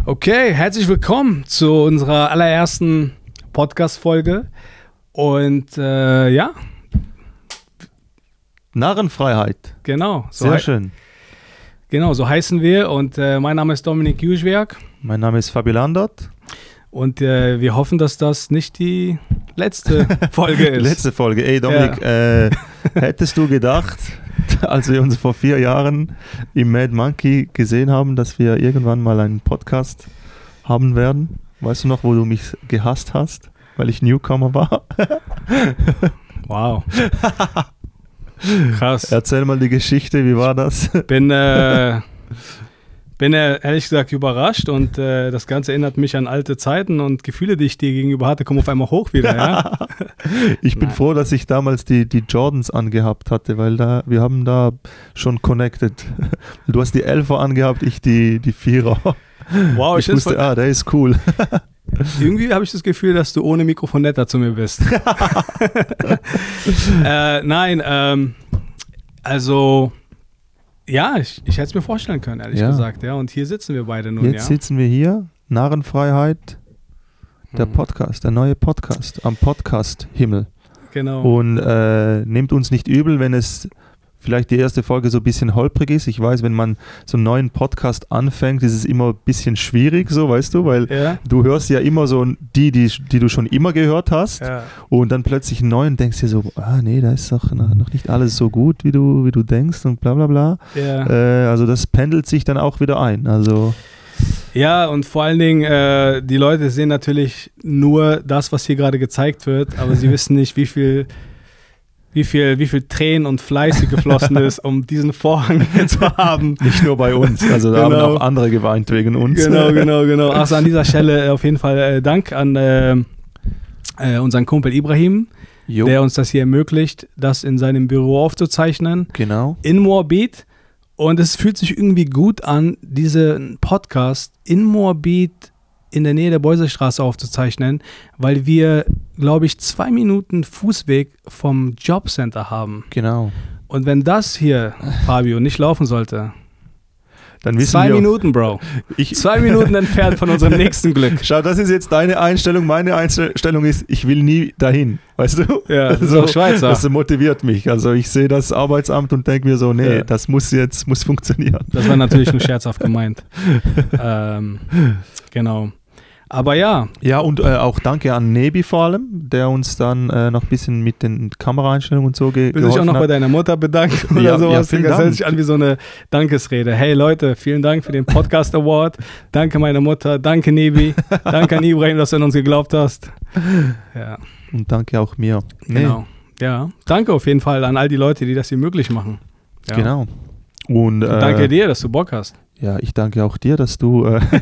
Okay, herzlich willkommen zu unserer allerersten Podcast-Folge. Und ja. Narrenfreiheit. Genau. Sehr schön. Genau, so heißen wir. Und mein Name ist Dominik Juschwerk. Mein Name ist Fabi Landert. Und wir hoffen, dass das nicht die letzte Folge ist. Letzte Folge. Ey, Dominik, hättest du gedacht, als wir uns vor 4 Jahren im Mad Monkey gesehen haben, dass wir irgendwann mal einen Podcast haben werden? Weißt du noch, wo du mich gehasst hast, weil ich Newcomer war? Wow. Krass. Erzähl mal die Geschichte, wie war das? Bin ehrlich gesagt überrascht und das Ganze erinnert mich an alte Zeiten und Gefühle, die ich dir gegenüber hatte, kommen auf einmal hoch wieder. Ja? Ich bin froh, dass ich damals die Jordans angehabt hatte, weil wir haben da schon connected. Du hast die 11er angehabt, ich die 4er. Wow, ich wusste, der ist cool. Irgendwie habe ich das Gefühl, dass du ohne Mikrofon netter zu mir bist. Nein, also ja, ich hätte es mir vorstellen können, ehrlich gesagt. Ja, und hier sitzen wir beide nun. Jetzt sitzen wir hier, Narrenfreiheit, der Podcast, der neue Podcast am Podcast-Himmel. Genau. Und nehmt uns nicht übel, wenn es vielleicht die erste Folge so ein bisschen holprig ist. Ich weiß, wenn man so einen neuen Podcast anfängt, ist es immer ein bisschen schwierig, so, weißt du, weil du hörst ja immer so die du schon immer gehört hast und dann plötzlich einen neuen denkst dir so, nee, da ist doch noch nicht alles so gut, wie du denkst und bla bla bla. Ja. Also das pendelt sich dann auch wieder ein, also... Ja, und vor allen Dingen, die Leute sehen natürlich nur das, was hier gerade gezeigt wird, aber sie wissen nicht, wie viel Tränen und Fleiß hier geflossen ist, um diesen Vorhang hier zu haben. Nicht nur bei uns, also da haben auch andere geweint wegen uns. Genau. Also an dieser Stelle auf jeden Fall Dank an unseren Kumpel Ibrahim, der uns das hier ermöglicht, das in seinem Büro aufzuzeichnen. Genau. In Moabit. Und es fühlt sich irgendwie gut an, diesen Podcast in Moabit in der Nähe der Beuselstraße aufzuzeichnen, weil wir, glaube ich, 2 Minuten Fußweg vom Jobcenter haben. Genau. Und wenn das hier, Fabio, nicht laufen sollte, dann wissen 2 Minuten, Bro. 2 Minuten entfernt von unserem nächsten Glück. Schau, das ist jetzt deine Einstellung. Meine Einstellung ist, ich will nie dahin. Weißt du? Ja, das ist auch Schweizer. Das motiviert mich. Also ich sehe das Arbeitsamt und denke mir so, nee, das muss funktionieren. Das war natürlich nur scherzhaft gemeint. Genau. Aber ja. Ja, und auch danke an Nebi vor allem, der uns dann noch ein bisschen mit den Kameraeinstellungen und so geholfen hat. Will sich auch noch bei deiner Mutter bedanken oder sowas. Das hört sich an wie so eine Dankesrede. Hey Leute, vielen Dank für den Podcast Award. Danke meiner Mutter, danke Nebi, danke an Ibrahim, dass du an uns geglaubt hast. Ja. Und danke auch mir. Genau. Ja, danke auf jeden Fall an all die Leute, die das hier möglich machen. Ja. Genau. Und danke dir, dass du Bock hast. Ja, ich danke auch dir, dass du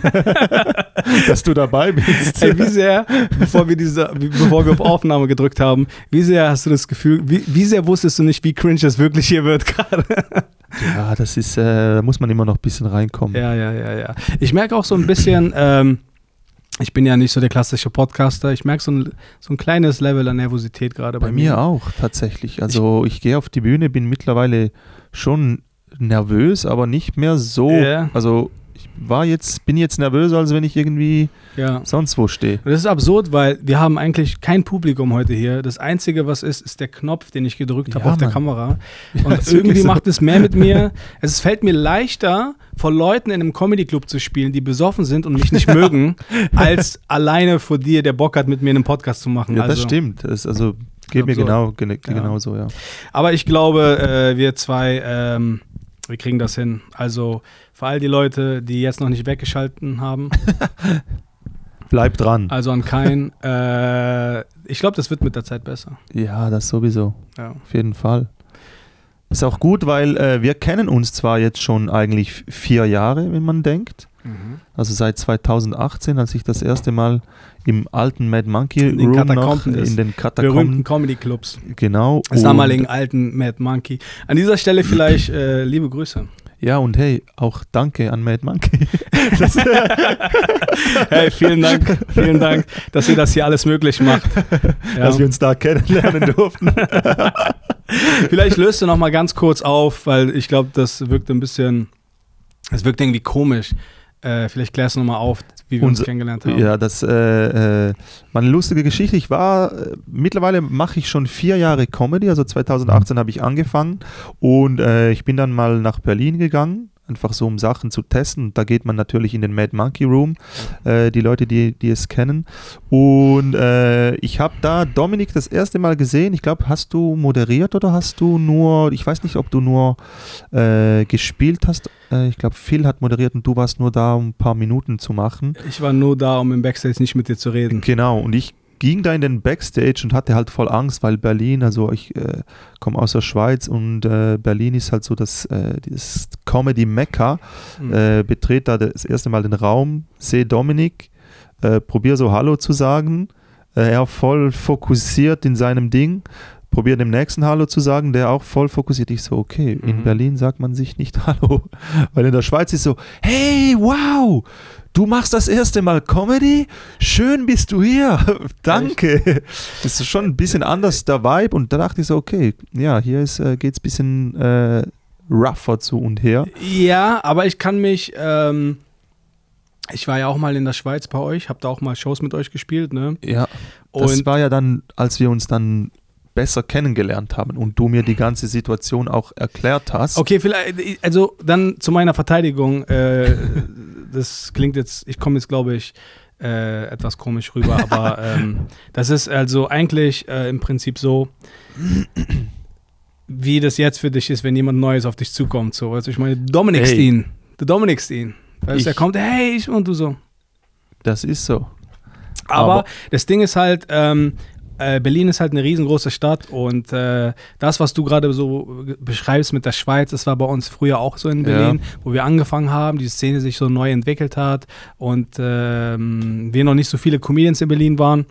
dabei bist. Hey, wie sehr, bevor wir auf Aufnahme gedrückt haben, wie sehr hast du das Gefühl, wie sehr wusstest du nicht, wie cringe das wirklich hier wird gerade? Ja, das ist, da muss man immer noch ein bisschen reinkommen. Ja. Ich merke auch so ein bisschen, ich bin ja nicht so der klassische Podcaster, ich merke so ein kleines Level an Nervosität gerade bei mir. Bei mir auch, tatsächlich. Also ich gehe auf die Bühne, bin mittlerweile schon nervös, aber nicht mehr so. Also ich bin jetzt nervöser, als wenn ich irgendwie sonst wo stehe. Das ist absurd, weil wir haben eigentlich kein Publikum heute hier. Das Einzige, was ist der Knopf, den ich gedrückt habe auf der Kamera. Und irgendwie macht es mehr mit mir. Es fällt mir leichter, vor Leuten in einem Comedy-Club zu spielen, die besoffen sind und mich nicht mögen, als alleine vor dir, der Bock hat, mit mir einen Podcast zu machen. Ja, das stimmt. Das geht mir genauso, ja. Aber ich glaube, wir zwei wir kriegen das hin. Also für all die Leute, die jetzt noch nicht weggeschalten haben. Bleibt dran. Also an keinen. Ich glaube, das wird mit der Zeit besser. Ja, das sowieso. Ja. Auf jeden Fall. Ist auch gut, weil wir kennen uns zwar jetzt schon eigentlich 4 Jahre, wenn man denkt. Also seit 2018, als ich das erste Mal im alten Mad Monkey in den Room Katakomben in den Katakomben. Berühmten Comedy-Clubs. Genau. Des damaligen alten Mad Monkey. An dieser Stelle vielleicht liebe Grüße. Ja, und hey, auch danke an Mad Monkey. Hey, vielen Dank, dass ihr das hier alles möglich macht. Ja. Dass wir uns da kennenlernen durften. Vielleicht löst du noch mal ganz kurz auf, weil ich glaube, das wirkt irgendwie komisch. Vielleicht klärst du nochmal auf, wie wir uns kennengelernt haben. Ja, das meine lustige Geschichte. Mittlerweile mache ich schon 4 Jahre Comedy, also 2018 habe ich angefangen und ich bin dann mal nach Berlin gegangen, einfach so um Sachen zu testen. Da geht man natürlich in den Mad Monkey Room, die Leute, die es kennen. Und ich habe da Dominik das erste Mal gesehen. Ich glaube, hast du moderiert oder hast du nur, ich weiß nicht, ob du nur gespielt hast. Ich glaube, Phil hat moderiert und du warst nur da, um ein paar Minuten zu machen. Ich war nur da, um im Backstage nicht mit dir zu reden. Genau, und ich ging da in den Backstage und hatte halt voll Angst, weil Berlin, also ich komme aus der Schweiz und Berlin ist halt so das Comedy-Mekka. Betrete da das erste Mal den Raum, sehe Dominik, probiere so Hallo zu sagen, er voll fokussiert in seinem Ding, probiere dem nächsten Hallo zu sagen, der auch voll fokussiert. Ich so, okay, in Berlin sagt man sich nicht Hallo, weil in der Schweiz ist so, hey, wow, du machst das erste Mal Comedy? Schön bist du hier. Danke. Das ist schon ein bisschen anders der Vibe und da dachte ich so, okay, ja, hier geht es ein bisschen rougher zu und her. Ja, aber ich kann mich, ich war ja auch mal in der Schweiz bei euch, habe da auch mal Shows mit euch gespielt, ne? Ja, das war ja dann, als wir uns dann besser kennengelernt haben und du mir die ganze Situation auch erklärt hast. Okay, vielleicht, also dann zu meiner Verteidigung, das klingt jetzt, ich komme jetzt, glaube ich, etwas komisch rüber, aber das ist also eigentlich im Prinzip so, wie das jetzt für dich ist, wenn jemand Neues auf dich zukommt. So, also ich meine, du dominikst ihn. Weißt, er kommt, hey, und du so. Das ist so. Aber das Ding ist halt, Berlin ist halt eine riesengroße Stadt und das, was du gerade so beschreibst mit der Schweiz, das war bei uns früher auch so in Berlin, wo wir angefangen haben, die Szene sich so neu entwickelt hat und wir noch nicht so viele Comedians in Berlin waren.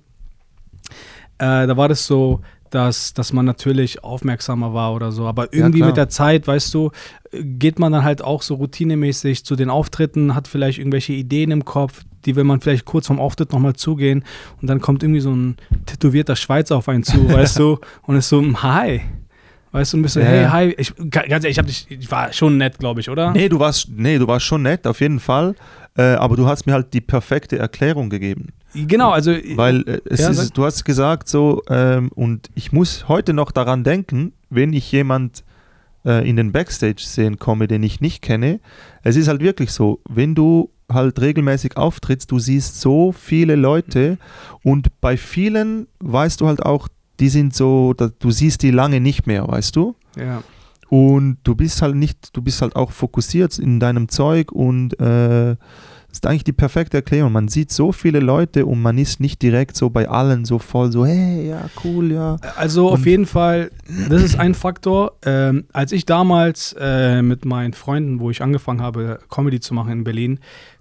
Da war das so, dass man natürlich aufmerksamer war oder so, aber irgendwie mit der Zeit, weißt du, geht man dann halt auch so routinemäßig zu den Auftritten, hat vielleicht irgendwelche Ideen im Kopf, die will man vielleicht kurz vorm Auftritt nochmal zugehen und dann kommt irgendwie so ein tätowierter Schweizer auf einen zu, weißt du, und ist so, hi. Weißt du, und bist so, hey, hi. Ich war schon nett, glaube ich, oder? Nee, du warst schon nett, auf jeden Fall. Aber du hast mir halt die perfekte Erklärung gegeben. Genau, also. Weil du hast gesagt so, und ich muss heute noch daran denken, wenn ich jemand in den Backstage sehen komme, den ich nicht kenne, es ist halt wirklich so, wenn du halt regelmäßig auftrittst, du siehst so viele Leute und bei vielen weißt du halt auch, die sind so, du siehst die lange nicht mehr, weißt du? Ja. Und du bist halt auch fokussiert in deinem Zeug und das ist eigentlich die perfekte Erklärung. Man sieht so viele Leute und man ist nicht direkt so bei allen so voll so, hey, ja, cool, ja. Also auf jeden Fall, das ist ein Faktor. Als ich damals mit meinen Freunden, wo ich angefangen habe, Comedy zu machen in Berlin,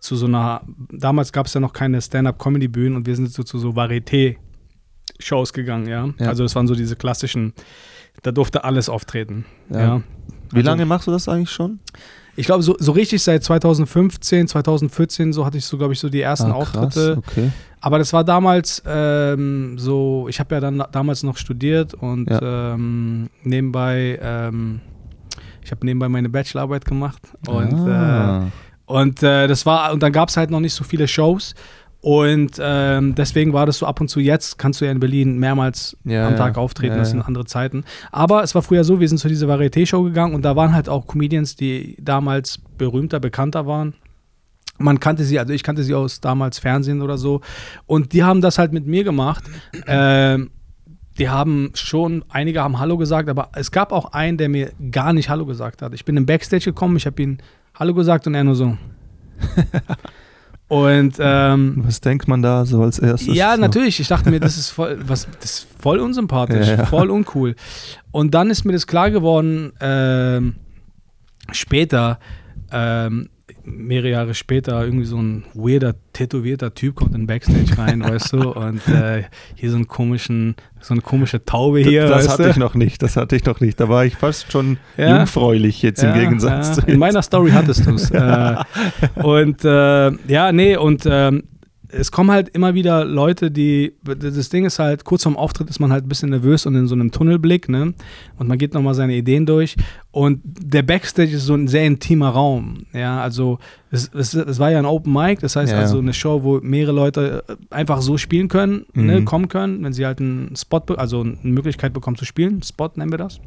damals gab es ja noch keine Stand-up-Comedy-Bühnen und wir sind so zu so Varieté-Shows gegangen, ja. Also das waren so diese klassischen, da durfte alles auftreten, ja. Wie lange machst du das eigentlich schon? Ich glaube, so richtig seit 2015, 2014, so hatte ich so, glaube ich, so die ersten Auftritte. Okay. Aber das war damals so, ich habe ja dann damals noch studiert und nebenbei, ich habe nebenbei meine Bachelorarbeit gemacht und das war, und dann gab es halt noch nicht so viele Shows. Und deswegen war das so ab und zu, jetzt kannst du ja in Berlin mehrmals am Tag auftreten, das sind andere Zeiten. Aber es war früher so, wir sind zu dieser Varieté-Show gegangen und da waren halt auch Comedians, die damals bekannter waren. Man kannte sie, also ich kannte sie aus damals Fernsehen oder so. Und die haben das halt mit mir gemacht. Die haben schon, einige haben Hallo gesagt, aber es gab auch einen, der mir gar nicht Hallo gesagt hat. Ich bin im Backstage gekommen, ich habe ihm Hallo gesagt und er nur so. Und was denkt man da so als erstes? Ja, natürlich. Ich dachte mir, das ist voll unsympathisch, voll uncool. Und dann ist mir das klar geworden, später, mehrere Jahre später, irgendwie so ein weirder, tätowierter Typ kommt in den Backstage rein, weißt du, und hier so eine komische Taube hier. Das hatte ich noch nicht, Da war ich fast schon jungfräulich jetzt im Gegensatz zu jetzt. In meiner Story hattest du es. es kommen halt immer wieder Leute, das Ding ist halt, kurz vorm Auftritt ist man halt ein bisschen nervös und in so einem Tunnelblick, ne? Und man geht nochmal seine Ideen durch. Und der Backstage ist so ein sehr intimer Raum, ja, also es war ja ein Open Mic, das heißt also eine Show, wo mehrere Leute einfach so spielen können, ne, kommen können, wenn sie halt einen Spot, also eine Möglichkeit bekommen zu spielen, Spot nennen wir das.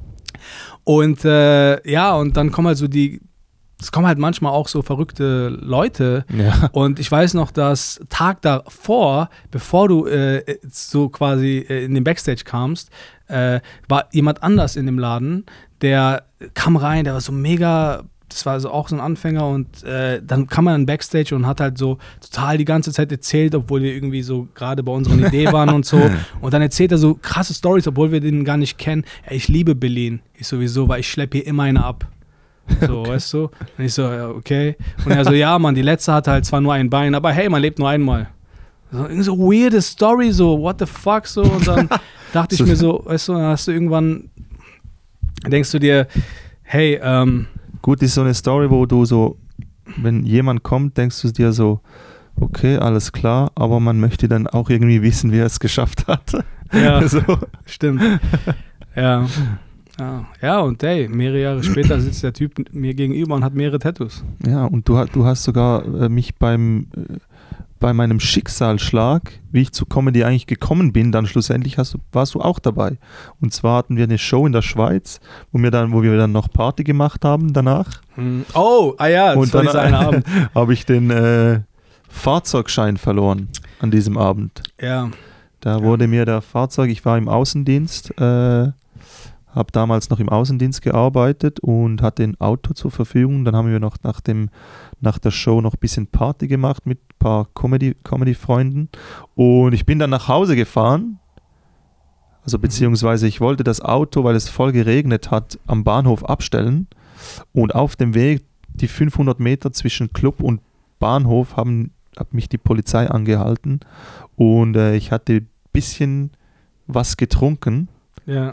Und und dann kommen halt es kommen halt manchmal auch so verrückte Leute. Ja. Und ich weiß noch, dass Tag davor, bevor du so quasi in den Backstage kamst, war jemand anders in dem Laden, der kam rein, der war so mega, das war also auch so ein Anfänger und dann kam er in Backstage und hat halt so total die ganze Zeit erzählt, obwohl wir irgendwie so gerade bei unserer Idee waren und so. Und dann erzählt er so krasse Storys, obwohl wir den gar nicht kennen. Ey, ich liebe Berlin. Ich sowieso, weil ich schleppe hier immer eine ab. So, okay. Weißt du? Und ich so, ja, okay. Und er so, ja, Mann, die letzte hatte halt zwar nur ein Bein, aber hey, man lebt nur einmal. So, irgendwie so weirde Story, so, what the fuck, so. Und dann dachte ich mir so, weißt du, dann hast du irgendwann, denkst du dir, hey, gut, ist so eine Story, wo du so, wenn jemand kommt, denkst du dir so, okay, alles klar, aber man möchte dann auch irgendwie wissen, wie er es geschafft hat. Ja, so. Stimmt. Ja. Ja, und ey, mehrere Jahre später sitzt der Typ mir gegenüber und hat mehrere Tattoos. Ja, und du hast sogar mich bei meinem Schicksalsschlag, wie ich zu Comedy eigentlich gekommen bin, dann schlussendlich warst du auch dabei. Und zwar hatten wir eine Show in der Schweiz, wo wir dann noch Party gemacht haben danach. Oh, ja, das war dieser eine Abend. Habe ich den Fahrzeugschein verloren an diesem Abend. Ja. Da wurde mir der Fahrzeug, ich war im Außendienst, habe damals noch im Außendienst gearbeitet und hatte ein Auto zur Verfügung. Dann haben wir noch nach der Show noch ein bisschen Party gemacht mit ein paar Comedy-Freunden. Und ich bin dann nach Hause gefahren. Also beziehungsweise ich wollte das Auto, weil es voll geregnet hat, am Bahnhof abstellen. Und auf dem Weg, die 500 Meter zwischen Club und Bahnhof, hat mich die Polizei angehalten. Und ich hatte ein bisschen was getrunken. Ja.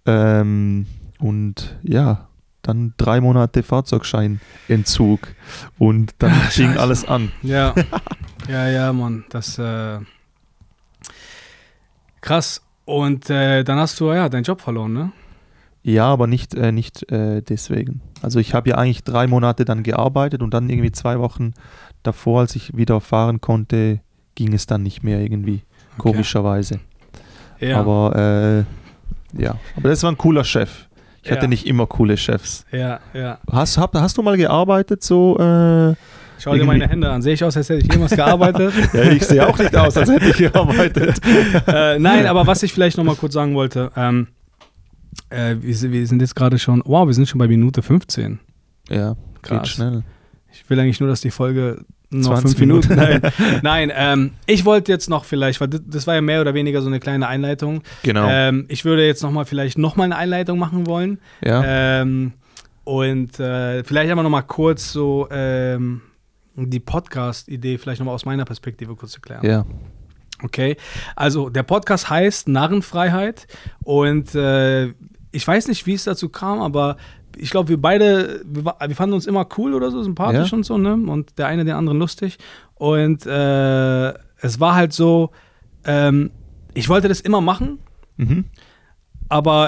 Und ja, dann 3 Monate Fahrzeugscheinentzug und dann fing alles an. Ja, ja, Mann, das krass. Und dann hast du ja deinen Job verloren, ne? Ja, aber nicht deswegen. Also ich habe ja eigentlich 3 Monate dann gearbeitet und dann irgendwie 2 Wochen davor, als ich wieder fahren konnte, ging es dann nicht mehr irgendwie, komischerweise. Ja. Aber das war ein cooler Chef. Ich hatte nicht immer coole Chefs. Ja. Hast du mal gearbeitet so? Schau dir meine Hände an. Sehe ich aus, als hätte ich jemals gearbeitet? Ja, ich sehe auch nicht aus, als hätte ich gearbeitet. Nein, aber was ich vielleicht nochmal kurz sagen wollte, wir sind jetzt gerade schon, wir sind schon bei Minute 15. Ja, krass. Geht schnell. Ich will eigentlich nur, dass die Folge noch 5 Minuten. Nein, ich wollte jetzt noch vielleicht, weil das war ja mehr oder weniger so eine kleine Einleitung. Genau. Ich würde jetzt vielleicht nochmal eine Einleitung machen wollen. Ja. Und vielleicht aber nochmal kurz so die Podcast-Idee vielleicht nochmal aus meiner Perspektive kurz zu klären. Ja. Okay, also der Podcast heißt Narrenfreiheit und ich weiß nicht, wie es dazu kam, aber ich glaube, wir fanden uns immer cool oder so, sympathisch und so, ne? Und der eine den anderen lustig. Und es war halt so, ich wollte das immer machen, aber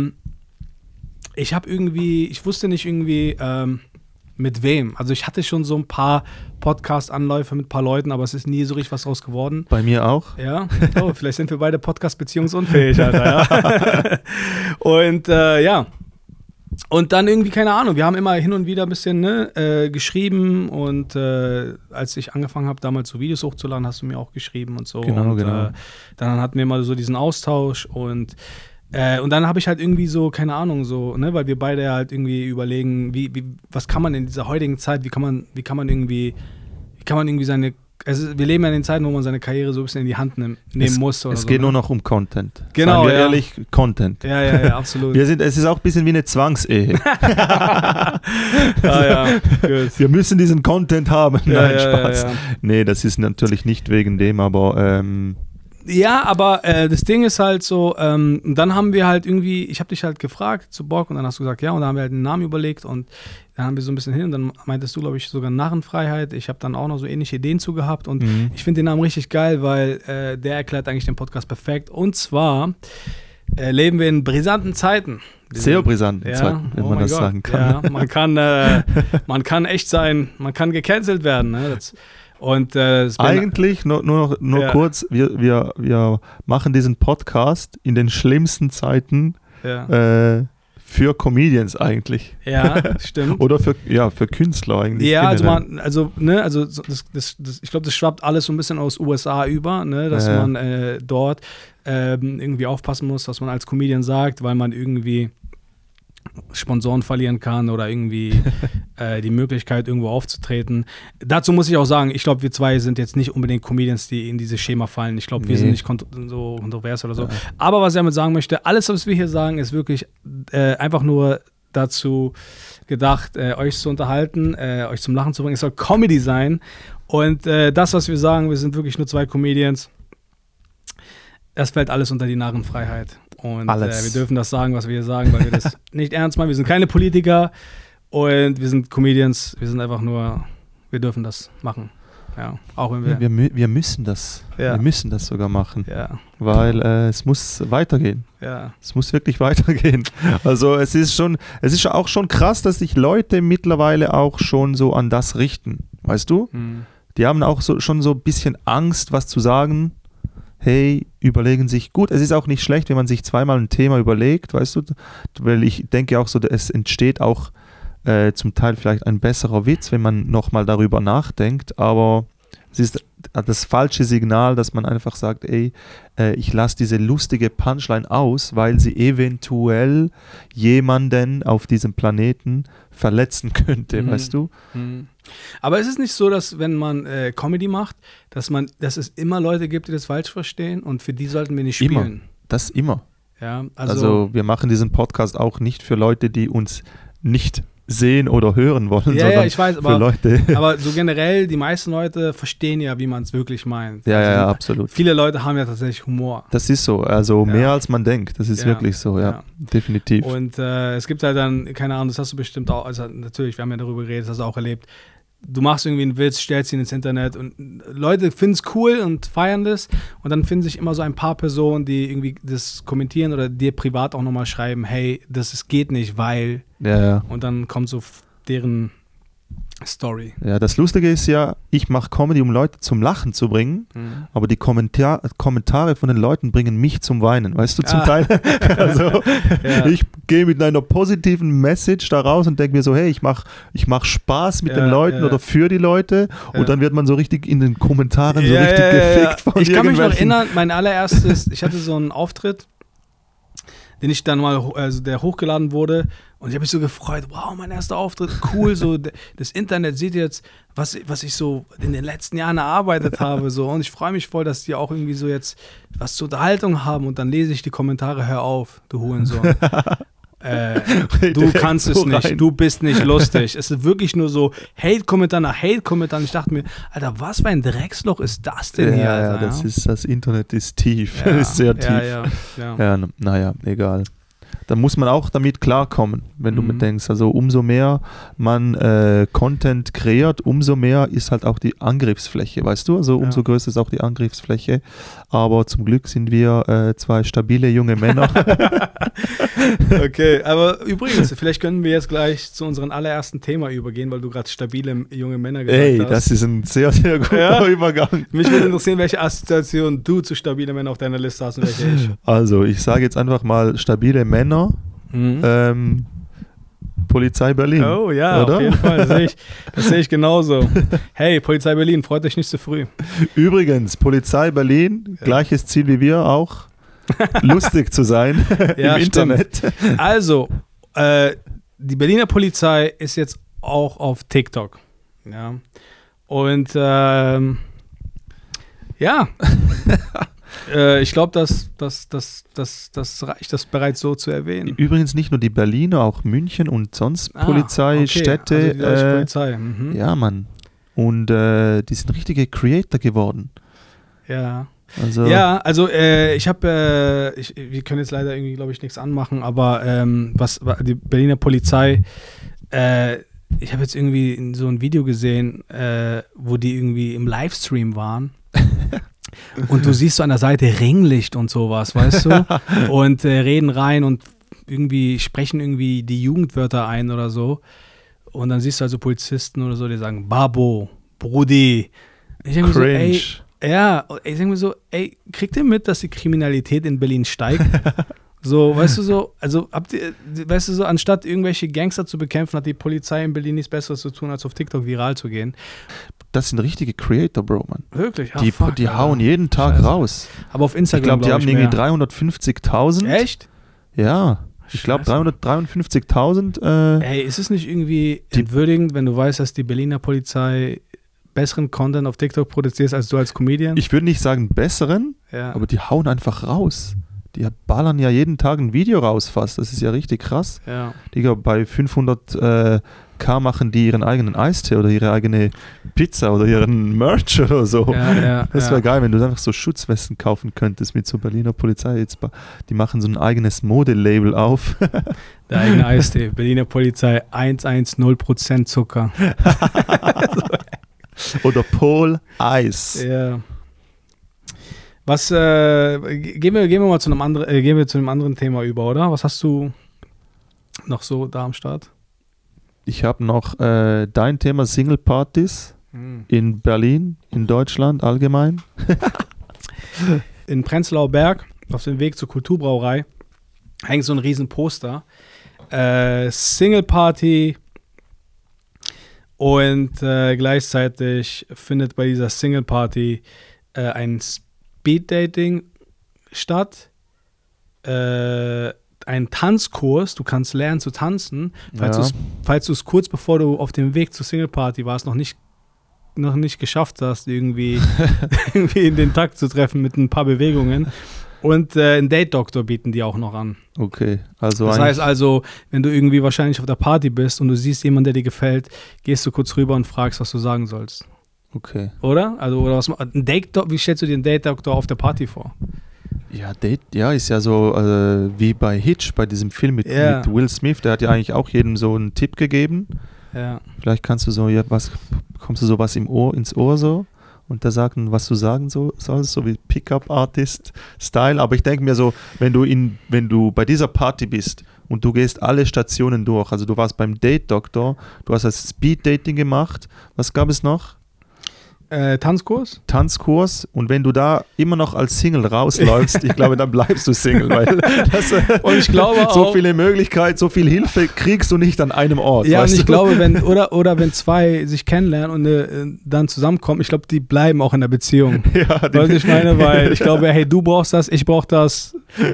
ich wusste nicht irgendwie, mit wem. Also ich hatte schon so ein paar Podcast-Anläufe mit ein paar Leuten, aber es ist nie so richtig was draus geworden. Bei mir auch. Ja, vielleicht sind wir beide Podcast-beziehungsunfähig, Alter. Ja. Und ja. Und dann irgendwie, keine Ahnung, wir haben immer hin und wieder ein bisschen geschrieben und als ich angefangen habe, damals so Videos hochzuladen, hast du mir auch geschrieben und so. Genau, und, genau. Dann hatten wir mal so diesen Austausch und dann habe ich halt irgendwie so, keine Ahnung, so, ne, weil wir beide halt irgendwie überlegen, was kann man in dieser heutigen Zeit, wie kann man irgendwie seine, also wir leben ja in den Zeiten, wo man seine Karriere so ein bisschen in die Hand nehmen muss. Oder es geht nur noch um Content. Genau, Seien wir ehrlich, Content. Ja, absolut. Es ist auch ein bisschen wie eine Zwangsehe. Gut. Wir müssen diesen Content haben. Nein, Spaß. Ja. Nee, das ist natürlich nicht wegen dem, aber Ja, aber das Ding ist halt so, dann haben wir halt irgendwie, ich habe dich halt gefragt zu Bock und dann hast du gesagt, ja, und dann haben wir halt einen Namen überlegt und dann haben wir so ein bisschen hin und dann meintest du, glaube ich, sogar Narrenfreiheit. Ich habe dann auch noch so ähnliche Ideen zu gehabt und ich finde den Namen richtig geil, weil der erklärt eigentlich den Podcast perfekt. Und zwar leben wir in brisanten Zeiten. Sehr brisanten Zeiten, wenn man das sagen kann. Ja, man kann echt sein, man kann gecancelt werden. Ne? Und, eigentlich, nur kurz, wir machen diesen Podcast in den schlimmsten Zeiten für Comedians eigentlich. Ja, stimmt. Oder für Künstler eigentlich. Ja, ich glaube, das schwappt alles so ein bisschen aus USA über, ne, dass man dort irgendwie aufpassen muss, was man als Comedian sagt, weil man irgendwie Sponsoren verlieren kann oder irgendwie die Möglichkeit, irgendwo aufzutreten. Dazu muss ich auch sagen, ich glaube, wir zwei sind jetzt nicht unbedingt Comedians, die in dieses Schema fallen. Ich glaube, wir sind nicht so kontrovers oder so. Ja. Aber was ich damit sagen möchte, alles, was wir hier sagen, ist wirklich einfach nur dazu gedacht, euch zu unterhalten, euch zum Lachen zu bringen. Es soll Comedy sein. Und das, was wir sagen, wir sind wirklich nur zwei Comedians. Das fällt alles unter die Narrenfreiheit. Und wir dürfen das sagen, was wir hier sagen, weil wir das nicht ernst meinen. Wir sind keine Politiker und wir sind Comedians. Wir sind einfach nur, wir dürfen das machen. Ja, auch wenn wir müssen das. Ja. Wir müssen das sogar machen. Ja. Weil es muss weitergehen. Ja. Es muss wirklich weitergehen. Also es ist auch schon krass, dass sich Leute mittlerweile auch schon so an das richten. Weißt du? Mhm. Die haben auch schon so ein bisschen Angst, was zu sagen. Hey, überlegen sich, gut, es ist auch nicht schlecht, wenn man sich zweimal ein Thema überlegt, weißt du, weil ich denke auch so, es entsteht auch zum Teil vielleicht ein besserer Witz, wenn man nochmal darüber nachdenkt, aber es ist das falsche Signal, dass man einfach sagt, ey, ich lasse diese lustige Punchline aus, weil sie eventuell jemanden auf diesem Planeten verletzen könnte, weißt du? Mhm. Aber ist es nicht so, dass wenn man Comedy macht, dass es immer Leute gibt, die das falsch verstehen und für die sollten wir nicht spielen? Immer. Das immer. Ja, also wir machen diesen Podcast auch nicht für Leute, die uns nicht sehen oder hören wollen, sondern ich weiß, für Leute. Aber so generell, die meisten Leute verstehen ja, wie man es wirklich meint. Ja, also, absolut. Viele Leute haben ja tatsächlich Humor. Das ist so, also mehr als man denkt. Das ist wirklich so, definitiv. Und es gibt halt dann, keine Ahnung, das hast du bestimmt auch, also natürlich, wir haben ja darüber geredet, das hast du auch erlebt. Du machst irgendwie einen Witz, stellst ihn ins Internet und Leute finden es cool und feiern das und dann finden sich immer so ein paar Personen, die irgendwie das kommentieren oder dir privat auch nochmal schreiben, hey, geht nicht, weil und dann kommt so deren Story. Ja, das Lustige ist ja, ich mache Comedy, um Leute zum Lachen zu bringen, aber die Kommentare von den Leuten bringen mich zum Weinen, weißt du, zum Teil. Also ich gehe mit einer positiven Message da raus und denke mir so, hey, ich mach Spaß mit den Leuten oder für die Leute und dann wird man so richtig in den Kommentaren so richtig gefickt von Ich kann mich noch erinnern, mein allererstes, ich hatte so einen Auftritt, den ich dann mal, also der hochgeladen wurde und ich habe mich so gefreut, wow, mein erster Auftritt, cool, so das Internet sieht jetzt, was ich so in den letzten Jahren erarbeitet habe, so und ich freue mich voll, dass die auch irgendwie so jetzt was zur Unterhaltung haben und dann lese ich die Kommentare, hör auf, du Hurensohn. Du kannst es nicht, du bist nicht lustig. Es ist wirklich nur so Hate-Kommentar nach Hate-Kommentar. Ich dachte mir, Alter, was für ein Drecksloch ist das denn hier? Alter, das Internet ist tief, ist sehr tief. Ja, naja, egal. Da muss man auch damit klarkommen, wenn du bedenkst. Also umso mehr man Content kreiert, umso mehr ist halt auch die Angriffsfläche, weißt du? Also umso größer ist auch die Angriffsfläche. Aber zum Glück sind wir zwei stabile junge Männer. Okay, aber übrigens, vielleicht können wir jetzt gleich zu unserem allerersten Thema übergehen, weil du gerade stabile junge Männer gesagt hast. Ey, das ist ein sehr, sehr guter Übergang. Mich würde interessieren, welche Assoziation du zu stabile Männern auf deiner Liste hast und welche ich. Also, ich sage jetzt einfach mal stabile Männer. Polizei Berlin. Oh ja, oder? Auf jeden Fall. Das sehe ich genauso. Hey, Polizei Berlin, freut euch nicht zu früh. Übrigens, Polizei Berlin, gleiches Ziel wie wir auch, lustig zu sein im Internet. Also, die Berliner Polizei ist jetzt auch auf TikTok. Ja. Und ich glaube, das reicht, das bereits so zu erwähnen. Übrigens nicht nur die Berliner, auch München und sonst Polizeistädte. Also die deutsche Polizei. Ja, Mann. Und die sind richtige Creator geworden. Ja. Also wir können jetzt leider irgendwie, glaube ich, nichts anmachen, aber die Berliner Polizei, ich habe jetzt irgendwie so ein Video gesehen, wo die irgendwie im Livestream waren. Und du siehst so an der Seite Ringlicht und sowas, weißt du? Und reden rein und sprechen irgendwie die Jugendwörter ein oder so. Und dann siehst du also Polizisten oder so, die sagen, Babo, Brudi. Ich denke mir so, ich denke mir so, kriegt ihr mit, dass die Kriminalität in Berlin steigt? So, weißt du so, also anstatt irgendwelche Gangster zu bekämpfen, hat die Polizei in Berlin nichts Besseres zu tun, als auf TikTok viral zu gehen. Das sind richtige Creator, Bro, Mann. Wirklich? Die hauen jeden Tag raus. Aber auf Instagram, ich glaube, die haben irgendwie 350.000. Echt? Ja. Ich glaube 353.000. Ist es nicht irgendwie entwürdigend, wenn du weißt, dass die Berliner Polizei besseren Content auf TikTok produziert als du als Comedian? Ich würde nicht sagen besseren, aber die hauen einfach raus. Die ballern ja jeden Tag ein Video raus fast. Das ist ja richtig krass. Ja. Digga, bei 500k machen die ihren eigenen Eistee oder ihre eigene Pizza oder ihren Merch oder so. Das wäre geil, wenn du einfach so Schutzwesten kaufen könntest mit so Berliner Polizei. Die machen so ein eigenes Modelabel auf. Der eigene Eistee. Berliner Polizei 110% Zucker. Oder Pol Eis. Ja. Gehen wir mal zu einem anderen Thema über, oder? Was hast du noch so da am Start? Ich habe noch dein Thema Single-Partys in Berlin, in Deutschland allgemein. In Prenzlauer Berg, auf dem Weg zur Kulturbrauerei, hängt so ein riesen Poster. Single-Party und gleichzeitig findet bei dieser Single-Party ein Speed-Dating statt, ein Tanzkurs, du kannst lernen zu tanzen, falls du es kurz bevor du auf dem Weg zur Single-Party warst, noch nicht geschafft hast, irgendwie in den Takt zu treffen mit ein paar Bewegungen. Und einen Date-Doktor bieten die auch noch an. Okay, also das heißt also, wenn du irgendwie wahrscheinlich auf der Party bist und du siehst jemanden, der dir gefällt, gehst du kurz rüber und fragst, was du sagen sollst. Okay. Oder? Wie stellst du dir einen Date-Doktor auf der Party vor? Ja, ist ja so wie bei Hitch, bei diesem Film mit Will Smith, der hat ja eigentlich auch jedem so einen Tipp gegeben. Ja. Vielleicht kannst du kommst du so was ins Ohr so und da sagen, was du sagen sollst, so wie Pickup-Artist-Style. Aber ich denke mir so, wenn du bei dieser Party bist und du gehst alle Stationen durch, also du warst beim Date-Doktor, du hast das Speed-Dating gemacht, was gab es noch? Tanzkurs und wenn du da immer noch als Single rausläufst, ich glaube, dann bleibst du Single, weil und ich glaube so viele Möglichkeiten, so viel Hilfe kriegst du nicht an einem Ort. Ja, und ich glaube, wenn zwei sich kennenlernen und dann zusammenkommen, ich glaube, die bleiben auch in der Beziehung. Ja, was ich meine, weil ich glaube, hey, du brauchst das, ich brauch das.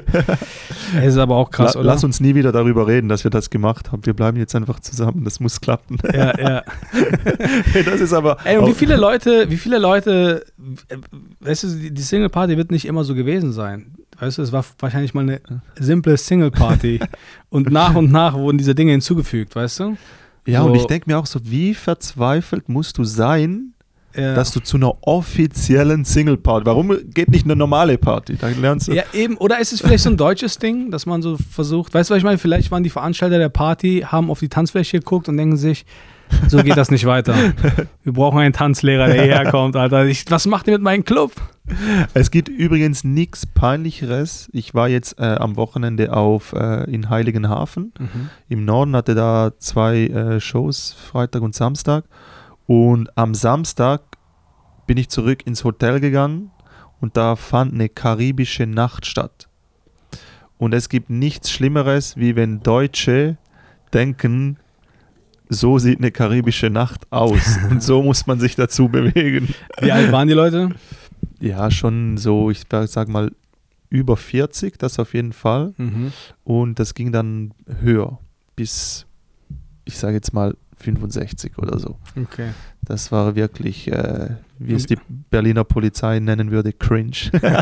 Es ist aber auch krass, oder? Lass uns nie wieder darüber reden, dass wir das gemacht haben. Wir bleiben jetzt einfach zusammen, das muss klappen. Ja. Das ist aber... Ey, und wie viele Leute, weißt du, die Single-Party wird nicht immer so gewesen sein. Weißt du, es war wahrscheinlich mal eine simple Single-Party und nach wurden diese Dinge hinzugefügt, weißt du? Ja, so. Und ich denke mir auch so, wie verzweifelt musst du sein, dass du zu einer offiziellen Single-Party, warum geht nicht eine normale Party? Da lernst du. Ja, eben, oder ist es vielleicht so ein deutsches Ding, dass man so versucht, weißt du, was ich meine? Vielleicht waren die Veranstalter der Party, haben auf die Tanzfläche geguckt und denken sich, so geht das nicht weiter. Wir brauchen einen Tanzlehrer, der hierher kommt, Alter. Was macht ihr mit meinem Club? Es gibt übrigens nichts Peinlicheres. Ich war jetzt am Wochenende in Heiligenhafen. Im Norden, hatte da 2 Shows, Freitag und Samstag. Und am Samstag bin ich zurück ins Hotel gegangen und da fand eine karibische Nacht statt. Und es gibt nichts Schlimmeres, wie wenn Deutsche denken, so sieht eine karibische Nacht aus. Und so muss man sich dazu bewegen. Wie alt waren die Leute? Ja, schon so, ich sag mal, über 40, das auf jeden Fall. Und das ging dann höher, bis, ich sage jetzt mal, 65 oder so. Okay. Das war wirklich, wie es die Berliner Polizei nennen würde, cringe.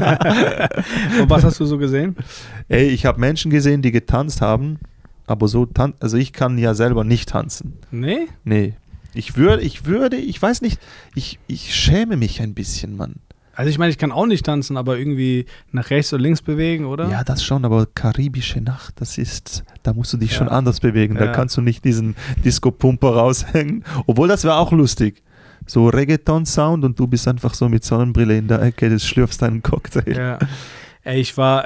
Und was hast du so gesehen? Ey, ich habe Menschen gesehen, die getanzt haben, aber also ich kann ja selber nicht tanzen. Nee? Nee. Ich weiß nicht, ich schäme mich ein bisschen, Mann. Also ich meine, ich kann auch nicht tanzen, aber irgendwie nach rechts oder links bewegen, oder? Ja, das schon, aber karibische Nacht, da musst du dich schon anders bewegen. Da kannst du nicht diesen Disco-Pumper raushängen. Obwohl, das wäre auch lustig. So Reggaeton-Sound und du bist einfach so mit Sonnenbrille in der Ecke, das schlürfst deinen Cocktail. Ja. Ey, ich war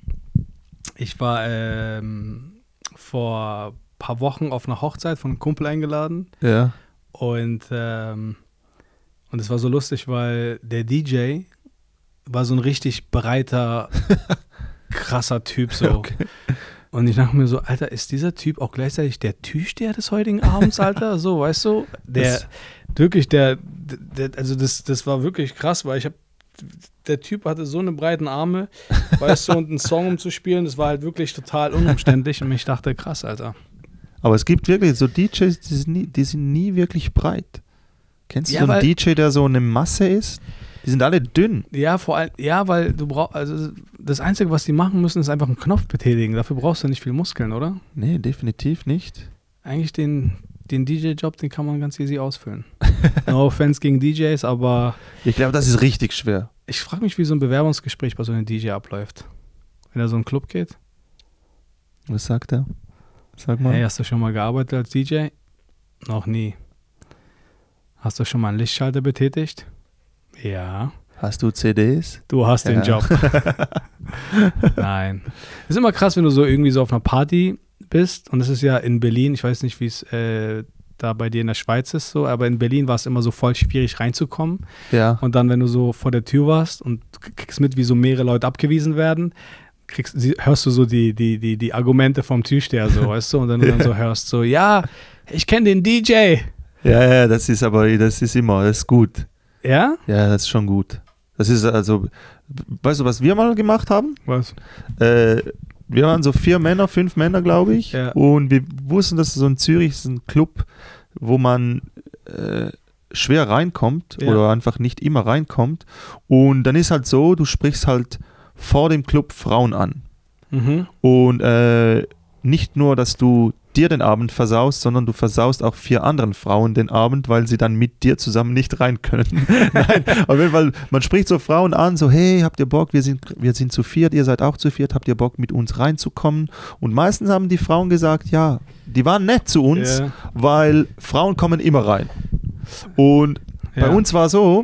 vor ein paar Wochen auf einer Hochzeit von einem Kumpel eingeladen. Ja. Und es war so lustig, weil der DJ war so ein richtig breiter, krasser Typ so. Okay. Und ich dachte mir so, Alter, ist dieser Typ auch gleichzeitig der Türsteher des heutigen Abends, Alter? So, weißt du? Also das war wirklich krass, weil der Typ hatte so eine breiten Arme, weißt du, und einen Song umzuspielen, das war halt wirklich total unumständlich und ich dachte, krass, Alter. Aber es gibt wirklich so DJs, die sind nie wirklich breit. Kennst du so einen DJ, der so eine Masse ist? Die sind alle dünn. Ja, vor allem, weil du brauchst, also das Einzige, was die machen müssen, ist einfach einen Knopf betätigen. Dafür brauchst du nicht viel Muskeln, oder? Nee, definitiv nicht. Eigentlich den DJ-Job, den kann man ganz easy ausfüllen. No offense gegen DJs, aber... Ich glaube, das ist richtig schwer. Ich frage mich, wie so ein Bewerbungsgespräch bei so einem DJ abläuft. Wenn er so in einen Club geht. Was sagt er? Sag mal. Hey, hast du schon mal gearbeitet als DJ? Noch nie. Hast du schon mal einen Lichtschalter betätigt? Ja. Hast du CDs? Du hast den Job. Nein. Es ist immer krass, wenn du so irgendwie so auf einer Party bist und es ist ja in Berlin, ich weiß nicht, wie es da bei dir in der Schweiz ist so, aber in Berlin war es immer so voll schwierig reinzukommen. Ja. Und dann, wenn du so vor der Tür warst und kriegst mit, wie so mehrere Leute abgewiesen werden, hörst du so die Argumente vom Türsteher so, weißt du, und dann, dann so hörst so, ja, ich kenne den DJ. Ja, das ist gut. Ja? Ja, das ist schon gut. Das ist also, weißt du, was wir mal gemacht haben? Was? Wir waren so 5 Männer, glaube ich. Ja. Und wir wussten, dass so in Zürich ist ein Club, wo man schwer reinkommt oder einfach nicht immer reinkommt. Und dann ist halt so, du sprichst halt vor dem Club Frauen an. Mhm. Und nicht nur, dass du dir den Abend versaust, sondern du versaust auch 4 anderen Frauen den Abend, weil sie dann mit dir zusammen nicht rein können. Nein, auf jeden Fall, man spricht so Frauen an, so hey, habt ihr Bock, wir sind zu 4, ihr seid auch zu 4, habt ihr Bock mit uns reinzukommen? Und meistens haben die Frauen gesagt, ja, die waren nett zu uns, weil Frauen kommen immer rein. Und bei uns war so,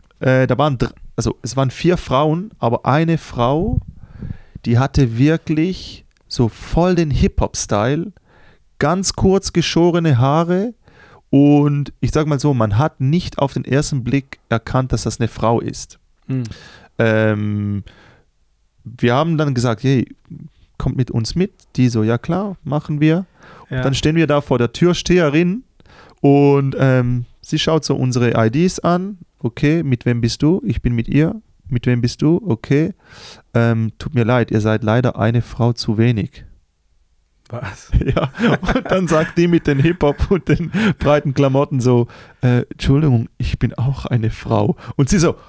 es waren 4 Frauen, aber eine Frau, die hatte wirklich so voll den Hip-Hop-Style, ganz kurz geschorene Haare und ich sag mal so, man hat nicht auf den ersten Blick erkannt, dass das eine Frau ist. Mhm. Wir haben dann gesagt, hey, kommt mit uns mit. Die so, ja klar, machen wir. Ja. Dann stehen wir da vor der Türsteherin und sie schaut so unsere IDs an. Okay, mit wem bist du? Ich bin mit ihr. Mit wem bist du? Okay. Tut mir leid, ihr seid leider eine Frau zu wenig. Was? Ja, und dann sagt die mit den Hip-Hop und den breiten Klamotten so, Entschuldigung, ich bin auch eine Frau. Und sie so,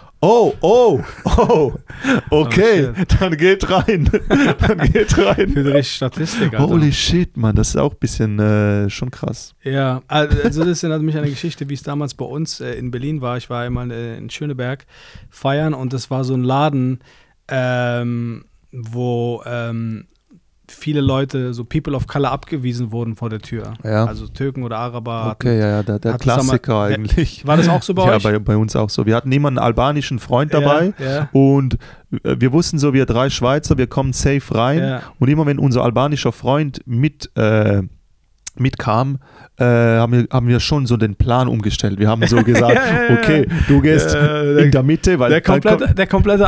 okay, dann geht rein. Für die Statistik, Alter. Holy shit, Mann, das ist auch ein bisschen schon krass. Ja, also das erinnert mich an eine Geschichte, wie es damals bei uns in Berlin war. Ich war einmal in Schöneberg feiern und das war so ein Laden, wo viele Leute, so People of Color, abgewiesen wurden vor der Tür. Ja. Also Türken oder Araber. Okay, der Klassiker eigentlich. War das auch so bei euch? Ja, bei uns auch so. Wir hatten immer einen albanischen Freund dabei und wir wussten so, wir 3 Schweizer, wir kommen safe rein und immer wenn unser albanischer Freund mitkam, haben wir schon so den Plan umgestellt. Wir haben so gesagt, okay, du gehst in der Mitte, weil der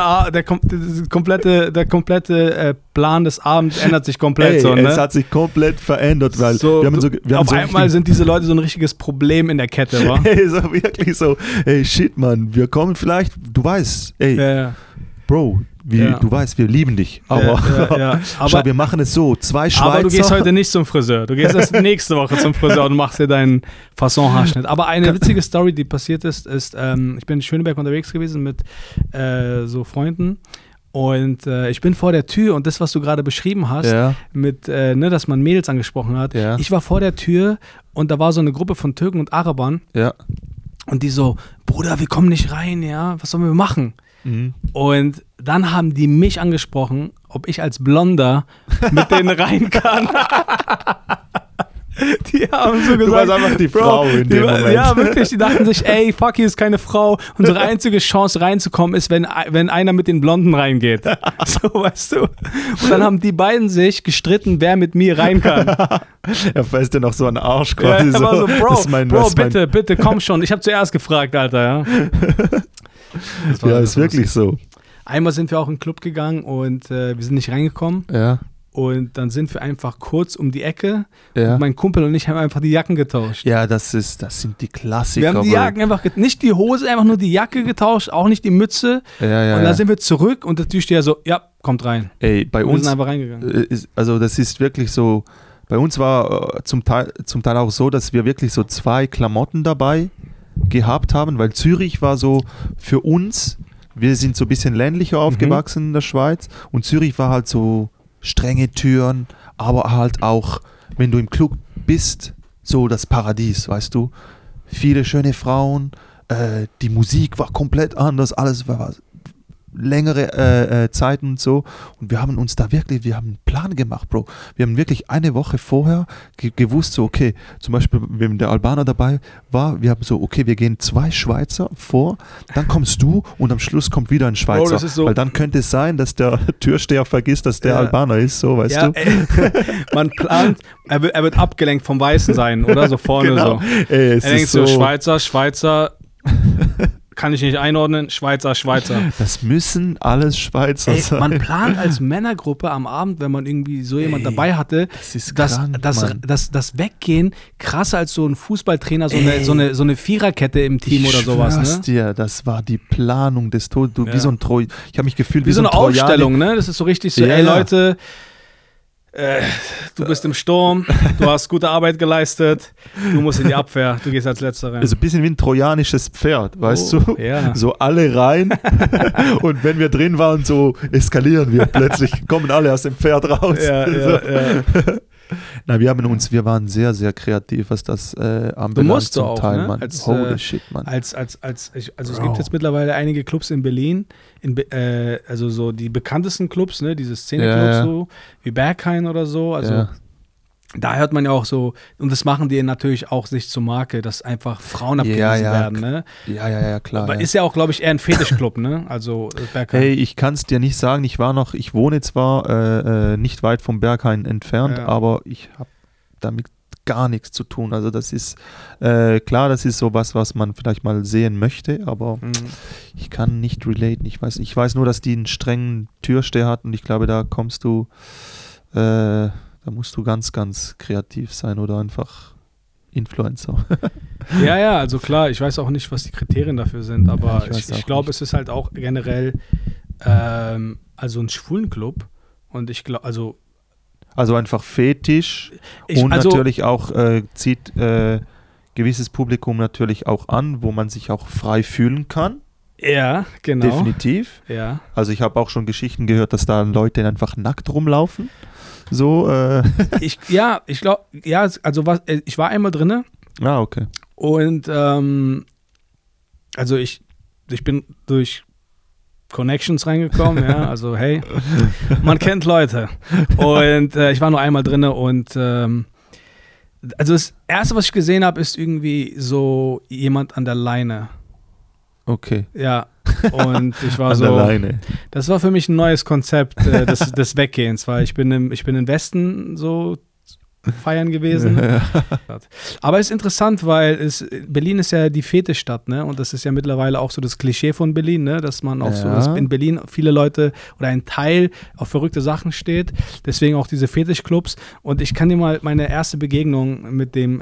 komplette Plan des Abends ändert sich komplett. Es hat sich komplett verändert, weil auf einmal sind diese Leute so ein richtiges Problem in der Kette, wa? So wirklich so, shit, Mann, wir kommen vielleicht, du weißt, Bro, du weißt, wir lieben dich, aber, aber schau, wir machen es so, 2 Schweizer. Aber du gehst heute nicht zum Friseur, du gehst erst nächste Woche zum Friseur und machst dir deinen Fasson-Haarschnitt. Aber eine witzige Story, die passiert ist, ich bin in Schöneberg unterwegs gewesen mit so Freunden und ich bin vor der Tür und das, was du gerade beschrieben hast, mit, dass man Mädels angesprochen hat, ich war vor der Tür und da war so eine Gruppe von Türken und Arabern und die so, Bruder, wir kommen nicht rein, was sollen wir machen? Und dann haben die mich angesprochen, ob ich als Blonder mit denen rein kann. Die haben so gesagt, du warst einfach die Frau in dem Moment. Ja, wirklich, die dachten sich, ey, fuck, hier ist keine Frau. Unsere einzige Chance reinzukommen ist, wenn einer mit den Blonden reingeht. So, weißt du. Und dann haben die beiden sich gestritten, wer mit mir rein kann. Er fässt dir noch so einen Arsch quasi. Ja, so, Bro, bitte, komm schon. Ich habe zuerst gefragt, Alter. Ja, ist wirklich so. Einmal sind wir auch in den Club gegangen und wir sind nicht reingekommen. Ja. Und dann sind wir einfach kurz um die Ecke und mein Kumpel und ich haben einfach die Jacken getauscht. Ja, das sind die Klassiker. Wir haben die Jacken einfach, nicht die Hose, einfach nur die Jacke getauscht, auch nicht die Mütze. Ja, und dann sind wir zurück und der Türsteher so, ja, kommt rein. Ey, bei uns sind einfach reingegangen. Also das ist wirklich so, bei uns war zum Teil auch so, dass wir wirklich so 2 Klamotten dabei gehabt haben, weil Zürich war so für uns, wir sind so ein bisschen ländlicher aufgewachsen in der Schweiz und Zürich war halt so strenge Türen, aber halt auch, wenn du im Club bist, so das Paradies, weißt du. Viele schöne Frauen, die Musik war komplett anders, alles war längere Zeiten und so. Und wir haben uns da wirklich, wir haben einen Plan gemacht, Bro. Wir haben wirklich eine Woche vorher gewusst, so okay, zum Beispiel, wenn der Albaner dabei war, wir haben so, okay, wir gehen 2 Schweizer vor, dann kommst du und am Schluss kommt wieder ein Schweizer. Bro, das ist so, weil dann könnte es sein, dass der Türsteher vergisst, dass der Albaner ist, so, weißt du? Man plant, er wird abgelenkt vom Weißen sein, oder? So vorne genau. so. Er denkt so, Schweizer, kann ich nicht einordnen, Schweizer. Das müssen alles Schweizer sein. Man plant als Männergruppe am Abend, wenn man irgendwie so jemand dabei hatte, das Weggehen krasser als so ein Fußballtrainer, so eine Viererkette im Team oder sowas. Ich dir, das war die Planung des Todes. Wie so ein ich habe mich gefühlt wie so eine Aufstellung, ne? Das ist so richtig so, Leute, du bist im Sturm, du hast gute Arbeit geleistet, du musst in die Abwehr, du gehst als Letzter rein. Also ein bisschen wie ein trojanisches Pferd, weißt du? Ja. So alle rein und wenn wir drin waren, so eskalieren wir plötzlich, kommen alle aus dem Pferd raus. Ja. Na, wir waren sehr, sehr kreativ, was das anbelangt. Du musst zum auch, Teil, ne? Mann. Holy shit, Mann. Also es gibt jetzt mittlerweile einige Clubs in Berlin, also so die bekanntesten Clubs, ne, diese Szene-Clubs so, wie Berghain oder so, also da hört man ja auch so, und das machen die natürlich auch sich zur Marke, dass einfach Frauen abgewiesen werden, ne? Ja, klar. Aber ist ja auch, glaube ich, eher ein Fetischclub, ne? Also Berghain. Hey, ich kann es dir nicht sagen, ich wohne zwar nicht weit vom Berghain entfernt, aber ich habe damit gar nichts zu tun. Also das ist, klar, das ist sowas, was man vielleicht mal sehen möchte, aber ich kann nicht relaten. Ich weiß nur, dass die einen strengen Türsteher hat und ich glaube, da kommst du, da musst du ganz, ganz kreativ sein oder einfach Influencer. Ja, also klar, ich weiß auch nicht, was die Kriterien dafür sind, aber ich glaube, es ist halt auch generell also ein Schwulenclub und ich glaube, also einfach Fetisch und natürlich auch zieht gewisses Publikum natürlich auch an, wo man sich auch frei fühlen kann. Ja, genau. Definitiv. Ja. Also ich habe auch schon Geschichten gehört, dass da Leute einfach nackt rumlaufen. So. Ich glaube, ich war einmal drinne. Ah, okay. Und also ich bin durch Connections reingekommen, ja, also hey, man kennt Leute. Und ich war nur einmal drinne und also das Erste, was ich gesehen habe, ist irgendwie so jemand an der Leine. Okay. Ja, und ich war an der Leine. Das war für mich ein neues Konzept des Weggehens, weil ich bin im Westen so feiern gewesen. Ja. Aber es ist interessant, weil Berlin ist ja die Fetischstadt, ne? Und das ist ja mittlerweile auch so das Klischee von Berlin, ne? Dass man auch so, dass in Berlin viele Leute oder ein Teil auf verrückte Sachen steht. Deswegen auch diese Fetischclubs. Und ich kann dir mal meine erste Begegnung mit dem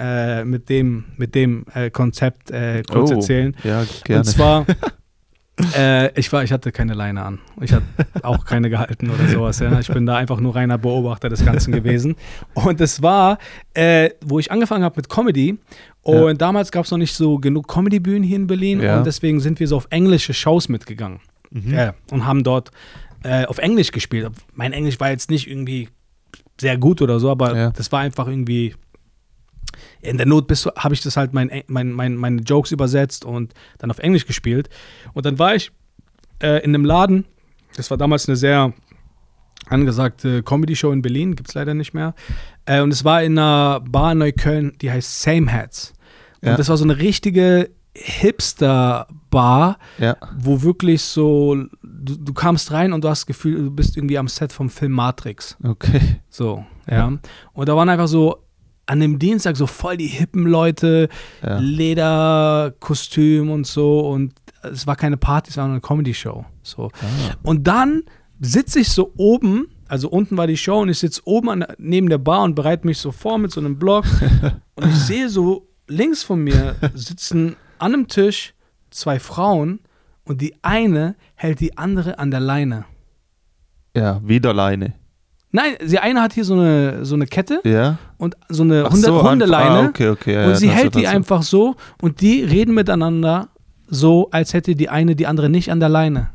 Konzept kurz erzählen. Ja, gerne. Und zwar ich hatte keine Leine an. Ich habe auch keine gehalten oder sowas. Ja. Ich bin da einfach nur reiner Beobachter des Ganzen gewesen. Und es war, wo ich angefangen habe mit Comedy. Und damals gab es noch nicht so genug Comedy-Bühnen hier in Berlin. Ja. Und deswegen sind wir so auf englische Shows mitgegangen. Und haben dort auf Englisch gespielt. Mein Englisch war jetzt nicht irgendwie sehr gut oder so, aber das war einfach irgendwie... In der Not habe ich das halt meine Jokes übersetzt und dann auf Englisch gespielt. Und dann war ich in einem Laden, das war damals eine sehr angesagte Comedy-Show in Berlin, gibt es leider nicht mehr. Und es war in einer Bar in Neukölln, die heißt Same Hats. Und das war so eine richtige Hipster-Bar, wo wirklich so, du kamst rein und du hast das Gefühl, du bist irgendwie am Set vom Film Matrix. Okay. So, ja. Und da waren einfach so an dem Dienstag so voll die hippen Leute, Lederkostüm und so, und es war keine Party, es war nur eine Comedy-Show. So. Und dann sitze ich so oben, also unten war die Show und ich sitze oben neben der Bar und bereite mich so vor mit so einem Block und ich sehe so, links von mir sitzen an einem Tisch 2 Frauen und die eine hält die andere an der Leine. Ja, wieder Leine. Nein, die eine hat hier so eine Kette und so eine Hundeleine okay, und sie hält die einfach so und die reden miteinander so, als hätte die eine die andere nicht an der Leine.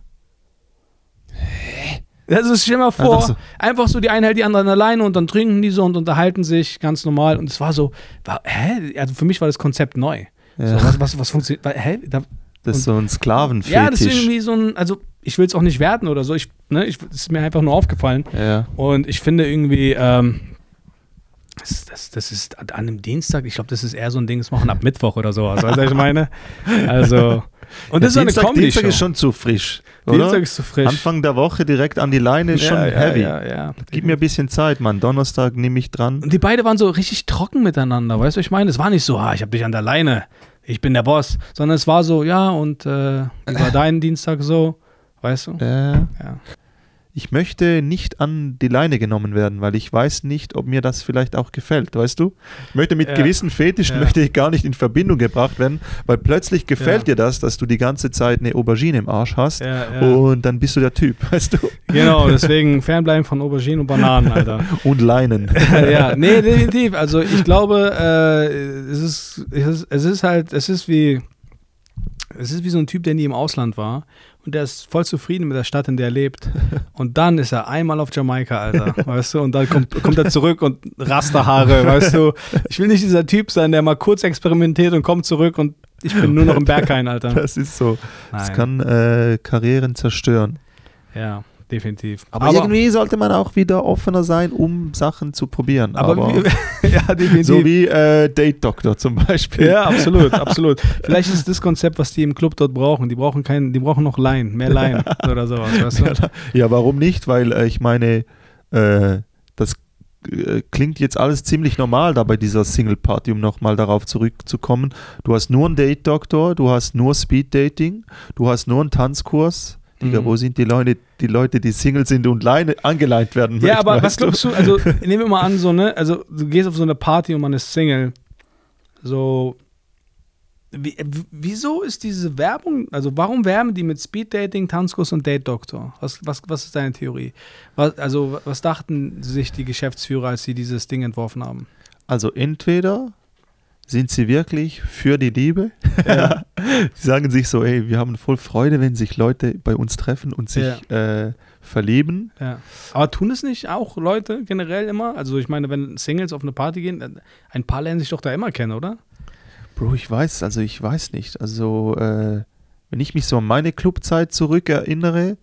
Also stell dir mal vor, einfach so die eine hält die andere an der Leine und dann trinken die so und unterhalten sich ganz normal und es war so, also für mich war das Konzept neu. So, was funktioniert, das ist so ein Sklavenfetisch. Ja, das ist irgendwie so ein, also ich will es auch nicht werten oder so, es ist mir einfach nur aufgefallen. Ja. Und ich finde irgendwie, das ist an einem Dienstag, ich glaube, das ist eher so ein Ding, das machen ab Mittwoch oder sowas, weißt du, was ich meine? Also, und das ist eine Comedy-Show. Dienstag ist schon zu frisch, oder? Dienstag ist zu frisch. Anfang der Woche direkt an die Leine ist schon heavy. Ja. Gib mir ein bisschen Zeit, Mann. Donnerstag nehme ich dran. Und die beiden waren so richtig trocken miteinander, weißt du, was ich meine? Es war nicht so, ich habe dich an der Leine, ich bin der Boss, sondern es war so, wie war dein Dienstag so, weißt du? Ja. Ich möchte nicht an die Leine genommen werden, weil ich weiß nicht, ob mir das vielleicht auch gefällt, weißt du? Ich möchte mit gewissen Fetischen möchte ich gar nicht in Verbindung gebracht werden, weil plötzlich gefällt dir das, dass du die ganze Zeit eine Aubergine im Arsch hast und dann bist du der Typ, weißt du? Genau, deswegen fernbleiben von Auberginen und Bananen, Alter. Und Leinen. Nee, definitiv. Also ich glaube, es ist wie so ein Typ, der nie im Ausland war und der ist voll zufrieden mit der Stadt, in der er lebt. Und dann ist er einmal auf Jamaika, Alter, weißt du, und dann kommt er zurück und Rasterhaare, weißt du. Ich will nicht dieser Typ sein, der mal kurz experimentiert und kommt zurück und ich bin nur noch im Berghain, Alter. Das ist so. Nein. Das kann Karrieren zerstören. Ja, definitiv. Aber irgendwie sollte man auch wieder offener sein, um Sachen zu probieren. Aber definitiv. So wie Date Doctor zum Beispiel. Ja, absolut. Vielleicht ist das Konzept, was die im Club dort brauchen. Die brauchen noch mehr Line oder sowas, weißt du? Ja, warum nicht? Weil ich meine, das klingt jetzt alles ziemlich normal da bei dieser Single-Party, um nochmal darauf zurückzukommen. Du hast nur einen Date Doctor, du hast nur Speed Dating, du hast nur einen Tanzkurs. Digga, wo sind die Leute, die Single sind und angeleint werden möchten? Ja, aber was glaubst du, also nehmen wir mal an, so, ne, also du gehst auf so eine Party und man ist Single, so, wieso ist diese Werbung, also warum werben die mit Speeddating, Tanzkurs und Date Doctor? Was ist deine Theorie? Was dachten sich die Geschäftsführer, als sie dieses Ding entworfen haben? Also entweder sind sie wirklich für die Liebe? Ja. Sie sagen sich so, ey, wir haben voll Freude, wenn sich Leute bei uns treffen und sich verlieben. Ja. Aber tun es nicht auch Leute generell immer? Also ich meine, wenn Singles auf eine Party gehen, ein paar lernen sich doch da immer kennen, oder? Bro, ich weiß nicht. Also wenn ich mich so an meine Clubzeit zurückerinnere,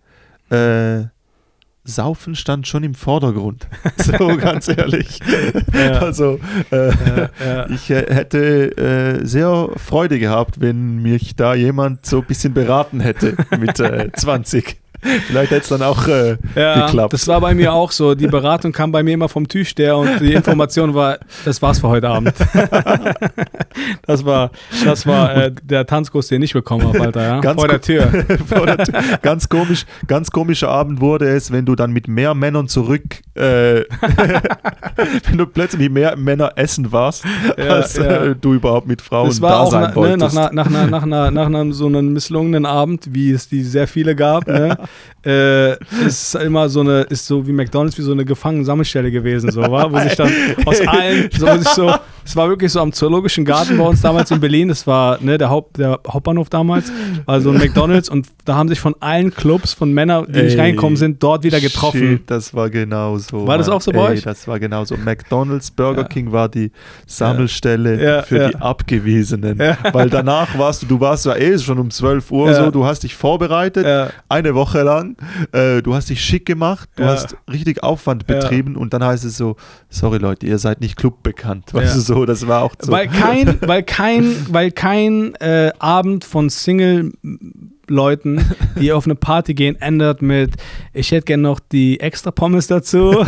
Saufen stand schon im Vordergrund, so ganz ehrlich. Ja. Also ich hätte sehr Freude gehabt, wenn mich da jemand so ein bisschen beraten hätte mit 20. Vielleicht hätte es dann auch geklappt. Das war bei mir auch so. Die Beratung kam bei mir immer vom Türsteher und die Information war, das war's für heute Abend. Das war der Tanzkurs, den ich bekommen habe, Alter. Ja? Vor der Tür. Ganz komischer Abend wurde es, wenn du dann mit mehr Männern wenn du plötzlich mehr Männer essen warst, als du überhaupt mit Frauen da sein wolltest. Nach so einem misslungenen Abend, wie es die sehr viele gab, ne? ist immer ist so wie McDonald's, wie so eine Gefangenen-Sammelstelle gewesen, so, wo sich dann aus allen, es war wirklich so am Zoologischen Garten bei uns damals in Berlin, das war der Hauptbahnhof damals, also ein McDonald's, und da haben sich von allen Clubs von Männern, die nicht reingekommen sind, dort wieder getroffen. Shit, das war genau so. War das auch so bei euch? Das war genau so. McDonald's, Burger King war die Sammelstelle für die Abgewiesenen, weil danach du warst ja schon um 12 Uhr so, du hast dich vorbereitet, eine Woche lang, du hast dich schick gemacht, du hast richtig Aufwand betrieben und dann heißt es so, sorry Leute, ihr seid nicht clubbekannt, weißt du, so, das war auch so. Weil kein Abend von Single-Leuten, die auf eine Party gehen, endet mit, ich hätte gerne noch die extra Pommes dazu.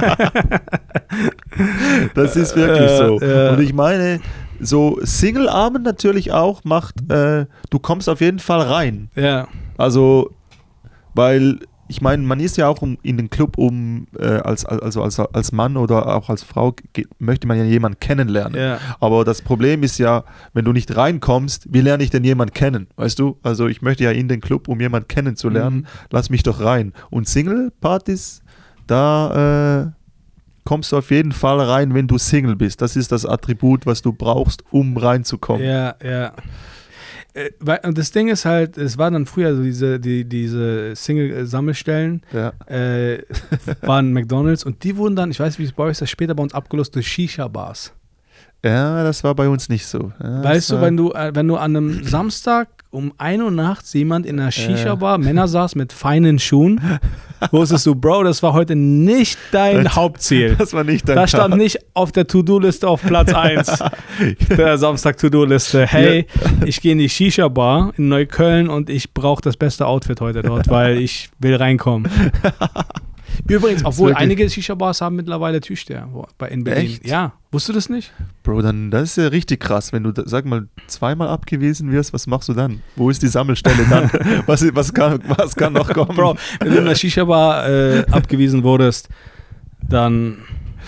Das ist wirklich so. Und ich meine, so Single-Abend natürlich auch macht, du kommst auf jeden Fall rein. Ja. Also, weil ich meine, man ist ja auch in den Club, als Mann oder auch als Frau möchte man ja jemanden kennenlernen. Ja. Aber das Problem ist ja, wenn du nicht reinkommst, wie lerne ich denn jemanden kennen? Weißt du? Also ich möchte ja in den Club, um jemanden kennenzulernen, lass mich doch rein. Und Single-Partys, da kommst du auf jeden Fall rein, wenn du Single bist. Das ist das Attribut, was du brauchst, um reinzukommen. Ja, ja. Und das Ding ist halt, es war dann früher so diese Single-Sammelstellen, waren McDonald's, und die wurden dann, ich weiß nicht, wie es bei euch ist, das später bei uns abgelöst durch Shisha-Bars. Ja, das war bei uns nicht so. Ja, weißt du, wenn du an einem Samstag um 1 Uhr nachts jemand in einer Shisha-Bar, Männer saß mit feinen Schuhen, wusstest du, Bro, das war heute nicht dein Hauptziel. Das war nicht dein Das stand nicht auf der To-Do-Liste auf Platz 1 der Samstag-To-Do-Liste. Hey, ich gehe in die Shisha-Bar in Neukölln und ich brauche das beste Outfit heute dort, weil ich will reinkommen. Übrigens, obwohl einige Shisha-Bars haben mittlerweile Türsteher in Berlin. Echt? Ja, wusstest du das nicht? Bro, dann das ist ja richtig krass. Wenn du, sag mal, 2-mal abgewiesen wirst, was machst du dann? Wo ist die Sammelstelle dann? was kann noch kommen? Bro, wenn du in der Shisha-Bar abgewiesen wurdest, dann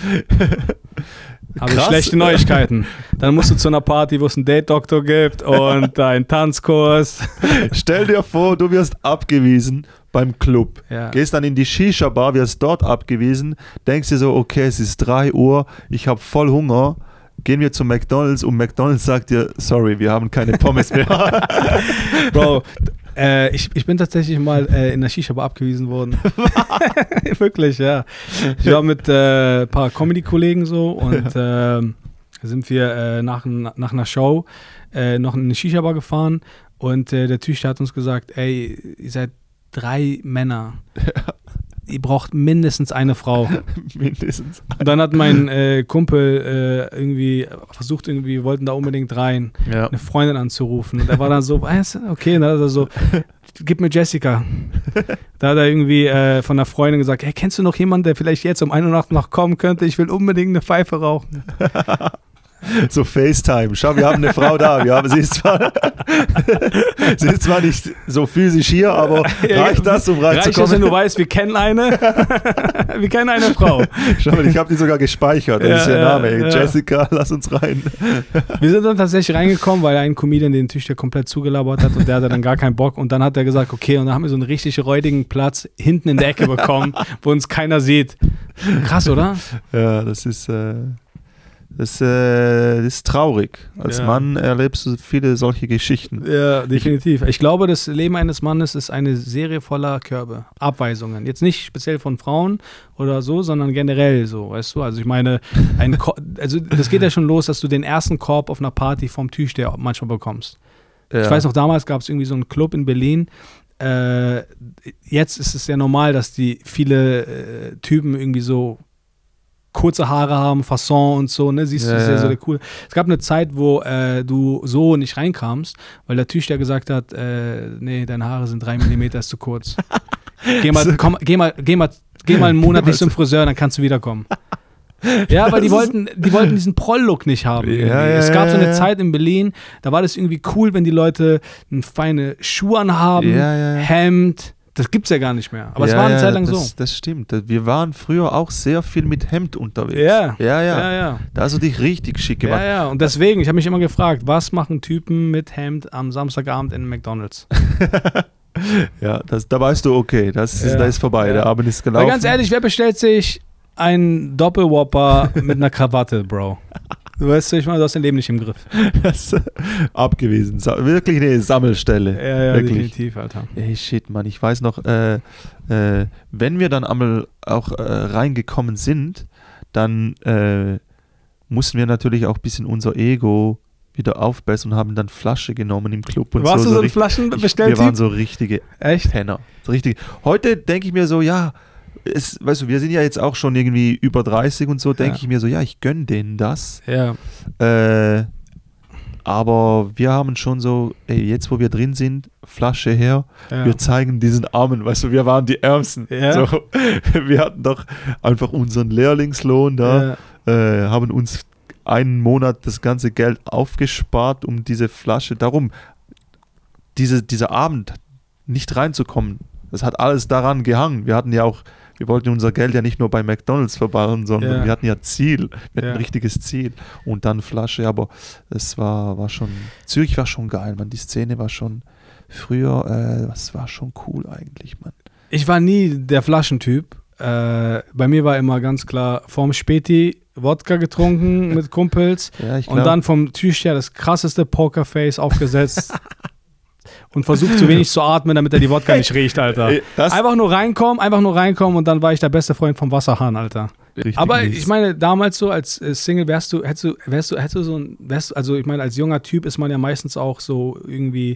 habe ich schlechte Neuigkeiten. Dann musst du zu einer Party, wo es einen Date-Doktor gibt und einen Tanzkurs. Stell dir vor, du wirst abgewiesen beim Club. Ja. Gehst dann in die Shisha-Bar, wirst dort abgewiesen, denkst dir so, okay, es ist 3 Uhr, ich habe voll Hunger, gehen wir zu McDonald's und McDonald's sagt dir, sorry, wir haben keine Pommes mehr. Bro, ich bin tatsächlich mal in der Shisha-Bar abgewiesen worden. Wirklich, ja. Ich war mit ein paar Comedy-Kollegen so und sind wir nach einer Show noch in eine Shisha-Bar gefahren und der Türsteher hat uns gesagt, ey, ihr seid 3 Männer. Ihr braucht mindestens eine Frau. Mindestens. Und dann hat mein Kumpel irgendwie versucht, wir wollten da unbedingt rein, eine Freundin anzurufen. Und er war dann so, okay, und dann hat er so, gib mir Jessica. Da hat er irgendwie von einer Freundin gesagt, hey, kennst du noch jemanden, der vielleicht jetzt um 1 Uhr nachts noch kommen könnte? Ich will unbedingt eine Pfeife rauchen. So FaceTime. Schau, wir haben eine Frau da. Sie ist zwar nicht so physisch hier, aber reicht das, um reinzukommen? Reicht das, wenn du weißt, wir kennen eine? Wir kennen eine Frau. Schau mal, ich habe die sogar gespeichert. Das ist ihr Name. Jessica, lass uns rein. Wir sind dann tatsächlich reingekommen, weil ein Comedian den Tisch komplett zugelabert hat und der hatte dann gar keinen Bock. Und dann hat er gesagt, okay, und dann haben wir so einen richtig räudigen Platz hinten in der Ecke bekommen, wo uns keiner sieht. Krass, oder? Ja, das ist traurig. Als Mann erlebst du viele solche Geschichten. Ja, definitiv. Ich glaube, das Leben eines Mannes ist eine Serie voller Körbe, Abweisungen. Jetzt nicht speziell von Frauen oder so, sondern generell so, weißt du? Also ich meine, das geht ja schon los, dass du den ersten Korb auf einer Party vom Türsteher manchmal bekommst. Ja. Ich weiß noch, damals gab es irgendwie so einen Club in Berlin. Jetzt ist es ja normal, dass die viele Typen irgendwie so kurze Haare haben, Fasson und so, ne, siehst du, das ist ja so der cool. Es gab eine Zeit, wo du so nicht reinkamst, weil der Türsteher gesagt hat, nee, deine Haare sind 3 mm zu kurz. Geh mal einen Monat nicht zum Friseur, dann kannst du wiederkommen. Ja, weil die wollten diesen Proll-Look nicht haben. Es gab so eine Zeit in Berlin, da war das irgendwie cool, wenn die Leute feine Schuhe anhaben, Hemd. Das gibt's ja gar nicht mehr. Aber es war eine Zeit lang so. Das stimmt. Wir waren früher auch sehr viel mit Hemd unterwegs. Ja. Da hast du dich richtig schick gemacht. Ja. Und deswegen, ich habe mich immer gefragt, was machen Typen mit Hemd am Samstagabend in McDonald's? Ja, da weißt du, okay, da ist vorbei, der Abend ist gelaufen. Aber ganz ehrlich, wer bestellt sich einen Doppelwhopper mit einer Krawatte, Bro? Du weißt, ich meine, du hast dein Leben nicht im Griff. Das ist abgewiesen. Wirklich eine Sammelstelle. Ja, wirklich. Definitiv, Alter. Ey, shit, Mann. Ich weiß noch, wenn wir dann einmal auch reingekommen sind, dann mussten wir natürlich auch ein bisschen unser Ego wieder aufbessern und haben dann Flasche genommen im Club. Und Warst du so ein Flaschenbestelltyp? Wir waren so richtige Penner. So richtige. Heute denke ich mir so, ja, weißt du, wir sind ja jetzt auch schon irgendwie über 30 und so, denke ich mir so, ja, ich gönne denen das. Ja. Aber wir haben schon so, ey, jetzt wo wir drin sind, Flasche her, wir zeigen diesen Armen, weißt du, wir waren die Ärmsten. Ja. So, wir hatten doch einfach unseren Lehrlingslohn da, haben uns einen Monat das ganze Geld aufgespart, um diese Flasche, darum, dieser Abend nicht reinzukommen, das hat alles daran gehangen. Wir wollten unser Geld ja nicht nur bei McDonald's verbauen, sondern wir hatten ja Ziel, wir hatten ein richtiges Ziel und dann Flasche, aber es war schon, Zürich war schon geil, man, die Szene war schon früher, das war schon cool eigentlich, man. Ich war nie der Flaschentyp, bei mir war immer ganz klar, vorm Späti Wodka getrunken mit Kumpels und dann vom Türsteher das krasseste Pokerface aufgesetzt und versucht so wenig zu atmen, damit er die Wodka nicht riecht, Alter. Einfach nur reinkommen und dann war ich der beste Freund vom Wasserhahn, Alter. Aber ich meine, damals so als Single also ich meine, als junger Typ ist man ja meistens auch so irgendwie,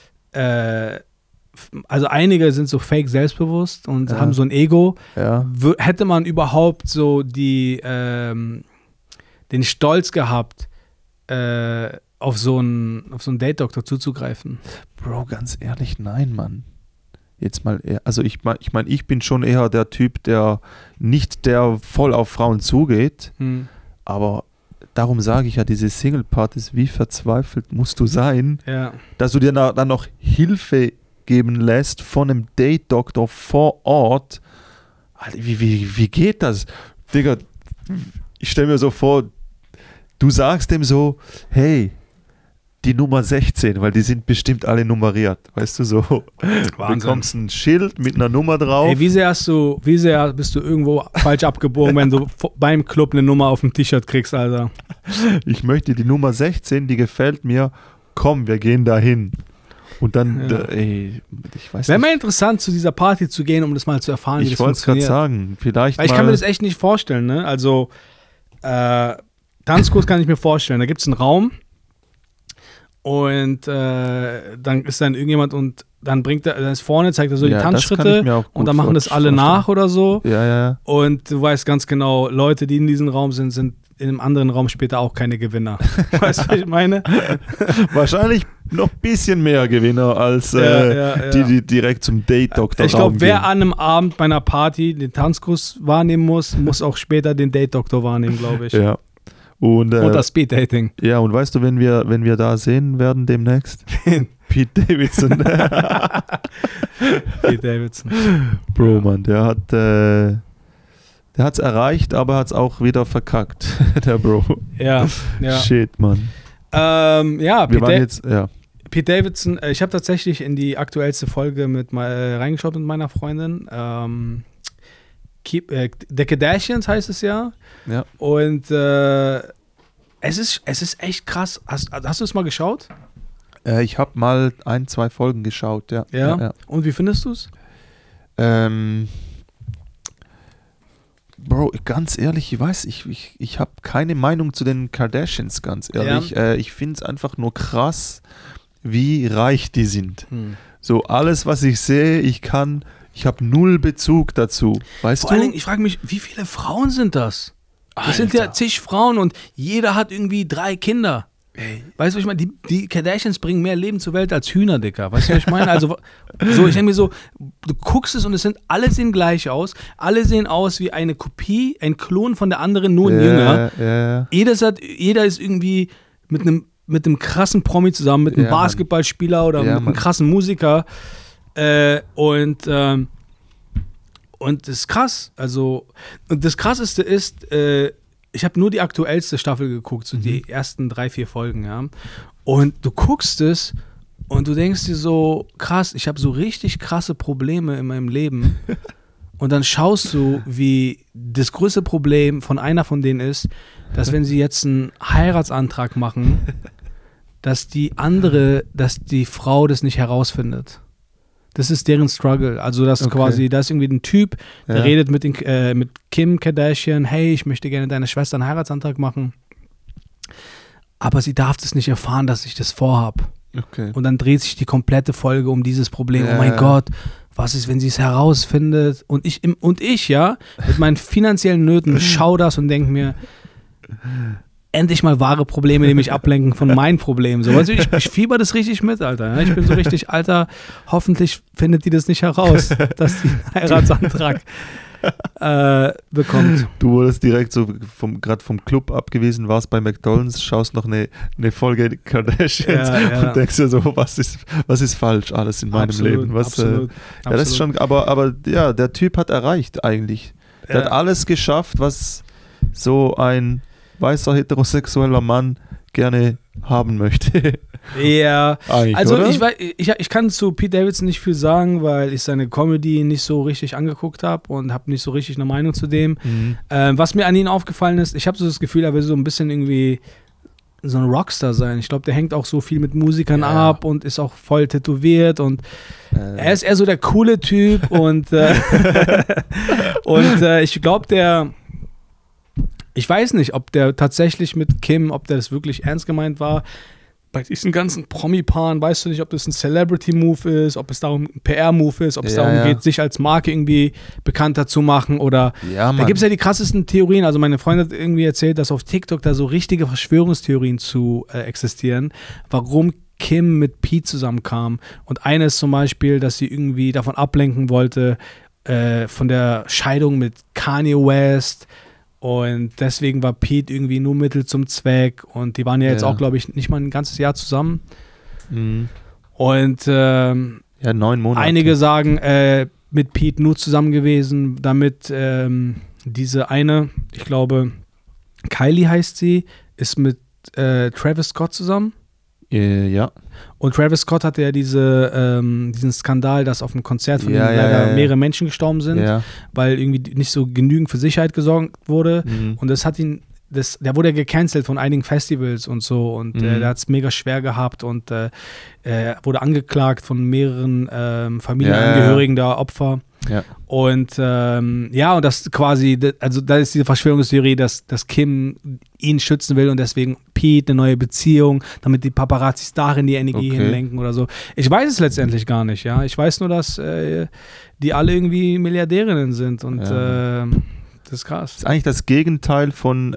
also einige sind so fake selbstbewusst und haben so ein Ego. Ja. Hätte man überhaupt so den Stolz gehabt, auf so einen Date-Doktor zuzugreifen? Bro, ganz ehrlich, nein, Mann. Jetzt mal, also ich meine, ich bin schon eher der Typ, der voll auf Frauen zugeht, aber darum sage ich ja, diese Single-Partys, wie verzweifelt musst du sein, dass du dir dann noch Hilfe geben lässt von einem Date-Doktor vor Ort. Alter, wie geht das? Digga, ich stelle mir so vor, du sagst dem so, hey, die Nummer 16, weil die sind bestimmt alle nummeriert, weißt du, so. Wahnsinn. Du bekommst ein Schild mit einer Nummer drauf. Ey, wie sehr bist du irgendwo falsch abgebogen, wenn du beim Club eine Nummer auf dem T-Shirt kriegst, Alter. Ich möchte die Nummer 16, die gefällt mir, komm, wir gehen dahin. Und dann, ich weiß nicht. Wäre mal interessant, zu dieser Party zu gehen, um das mal zu erfahren, wie das funktioniert. Ich wollte es gerade sagen, vielleicht. Weil ich kann mir das echt nicht vorstellen, ne? Also, Tanzkurs kann ich mir vorstellen. Da gibt es einen Raum und dann ist dann irgendjemand und dann ist vorne, zeigt er so die Tanzschritte und dann machen das alle nach oder so. Ja. Und du weißt ganz genau, Leute, die in diesem Raum sind in einem anderen Raum später auch keine Gewinner. Weißt du, was ich meine? Wahrscheinlich noch ein bisschen mehr Gewinner als die direkt zum Date-Doktor Ich glaube, wer an einem Abend bei einer Party den Tanzkurs wahrnehmen muss auch später den Date-Doktor wahrnehmen, glaube ich. Ja. Und das Speed-Dating. Ja, und weißt du, wenn wir da sehen werden demnächst? Pete Davidson. Pete Davidson. Bro, Mann, der hat es erreicht, aber hat es auch wieder verkackt, der Bro. Ja. Shit, Mann. Pete Davidson, ich habe tatsächlich in die aktuellste Folge reingeschaut mit meiner Freundin. The Kardashians heißt es ja. Ja. Und es ist echt krass. Hast du es mal geschaut? Ich habe mal 1-2 Folgen geschaut, ja. Ja. Und wie findest du es? Bro, ganz ehrlich, ich habe keine Meinung zu den Kardashians, ganz ehrlich. Ja. Ich finde es einfach nur krass, wie reich die sind. So alles, was ich sehe, ich habe null Bezug dazu. Weißt du? Vor allen Dingen, ich frage mich, wie viele Frauen sind das? Das sind ja zig Frauen und jeder hat irgendwie 3 Kinder. Ey. Weißt du, was ich meine? Die Kardashians bringen mehr Leben zur Welt als Hühner, Dicker. Weißt du, was ich meine? Also, ich denke mir so, du guckst es und alle sehen gleich aus. Alle sehen aus wie eine Kopie, ein Klon von der anderen, nur ein Jünger. Yeah. Jeder ist irgendwie mit einem krassen Promi zusammen, mit einem Basketballspieler oder mit einem krassen Musiker. Und das ist krass. Also, und das Krasseste ist, ich habe nur die aktuellste Staffel geguckt, so die ersten 3-4 Folgen, ja. Und du guckst es und du denkst dir so, krass, ich habe so richtig krasse Probleme in meinem Leben. Und dann schaust du, wie das größte Problem von einer von denen ist, dass wenn sie jetzt einen Heiratsantrag machen, dass die Frau das nicht herausfindet. Das ist deren Struggle. Also das quasi, da ist irgendwie ein Typ, der redet mit Kim Kardashian, hey, ich möchte gerne deiner Schwester einen Heiratsantrag machen. Aber sie darf das nicht erfahren, dass ich das vorhab. Okay. Und dann dreht sich die komplette Folge um dieses Problem. Oh mein Gott, was ist, wenn sie es herausfindet? Und ich, mit meinen finanziellen Nöten schau das und denke mir, endlich mal wahre Probleme, die mich ablenken von meinen Problemen. So, also ich fieber das richtig mit, Alter. Ich bin so richtig, Alter, hoffentlich findet die das nicht heraus, dass die einen Heiratsantrag bekommt. Du wurdest direkt so gerade vom Club abgewiesen, warst bei McDonald's, schaust noch eine Folge Kardashians und denkst dir so, was ist falsch alles in meinem Leben? Absolut. Das ist schon, aber ja, der Typ hat erreicht eigentlich. Der hat alles geschafft, was so ein weißer heterosexueller Mann gerne haben möchte. Ja, also ich kann zu Pete Davidson nicht viel sagen, weil ich seine Comedy nicht so richtig angeguckt habe und habe nicht so richtig eine Meinung zu dem. Was mir an ihm aufgefallen ist, ich habe so das Gefühl, er will so ein bisschen irgendwie so ein Rockstar sein. Ich glaube, der hängt auch so viel mit Musikern ab und ist auch voll tätowiert und er ist eher so der coole Typ und ich glaube, ich weiß nicht, ob der tatsächlich mit Kim, ob der das wirklich ernst gemeint war. Bei diesen ganzen Promi-Paaren weißt du nicht, ob das ein Celebrity-Move ist, ob es darum ein PR-Move ist, ob es darum geht, sich als Marke irgendwie bekannter zu machen oder da gibt es ja die krassesten Theorien. Also meine Freundin hat irgendwie erzählt, dass auf TikTok da so richtige Verschwörungstheorien zu existieren, warum Kim mit Pete zusammenkam. Und eine ist zum Beispiel, dass sie irgendwie davon ablenken wollte, von der Scheidung mit Kanye West. Und deswegen war Pete irgendwie nur Mittel zum Zweck. Und die waren ja jetzt auch, glaube ich, nicht mal ein ganzes Jahr zusammen. Und 9 Monate. Einige sagen, mit Pete nur zusammen gewesen, damit diese eine, ich glaube, Kylie heißt sie, ist mit Travis Scott zusammen. Ja. Und Travis Scott hatte ja diesen Skandal, dass auf dem Konzert von ihm leider mehrere Menschen gestorben sind, weil irgendwie nicht so genügend für Sicherheit gesorgt wurde. Und das hat ihn, der wurde ja gecancelt von einigen Festivals und so und der hat es mega schwer gehabt und wurde angeklagt von mehreren Familienangehörigen der Opfer. Ja. Und und das quasi, also da ist diese Verschwörungstheorie, dass Kim ihn schützen will und deswegen Pete eine neue Beziehung, damit die Paparazzis darin die Energie hinlenken oder so. Ich weiß es letztendlich gar nicht, ja. Ich weiß nur, dass die alle irgendwie Milliardärinnen sind und das ist krass. Das ist eigentlich das Gegenteil von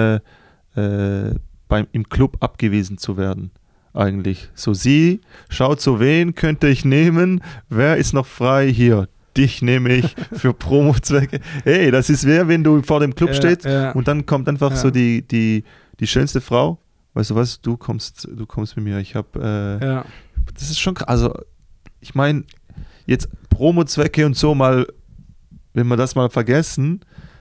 im Club abgewiesen zu werden. Eigentlich. So, sie schaut so, wen könnte ich nehmen, wer ist noch frei hier? Dich nehme ich für Promo-Zwecke. Hey, das ist wenn du vor dem Club stehst und dann kommt einfach so die schönste Frau. Weißt du was, du kommst mit mir. Ich habe, das ist schon krass. Also, ich meine, jetzt Promo-Zwecke und so mal, wenn wir das mal vergessen,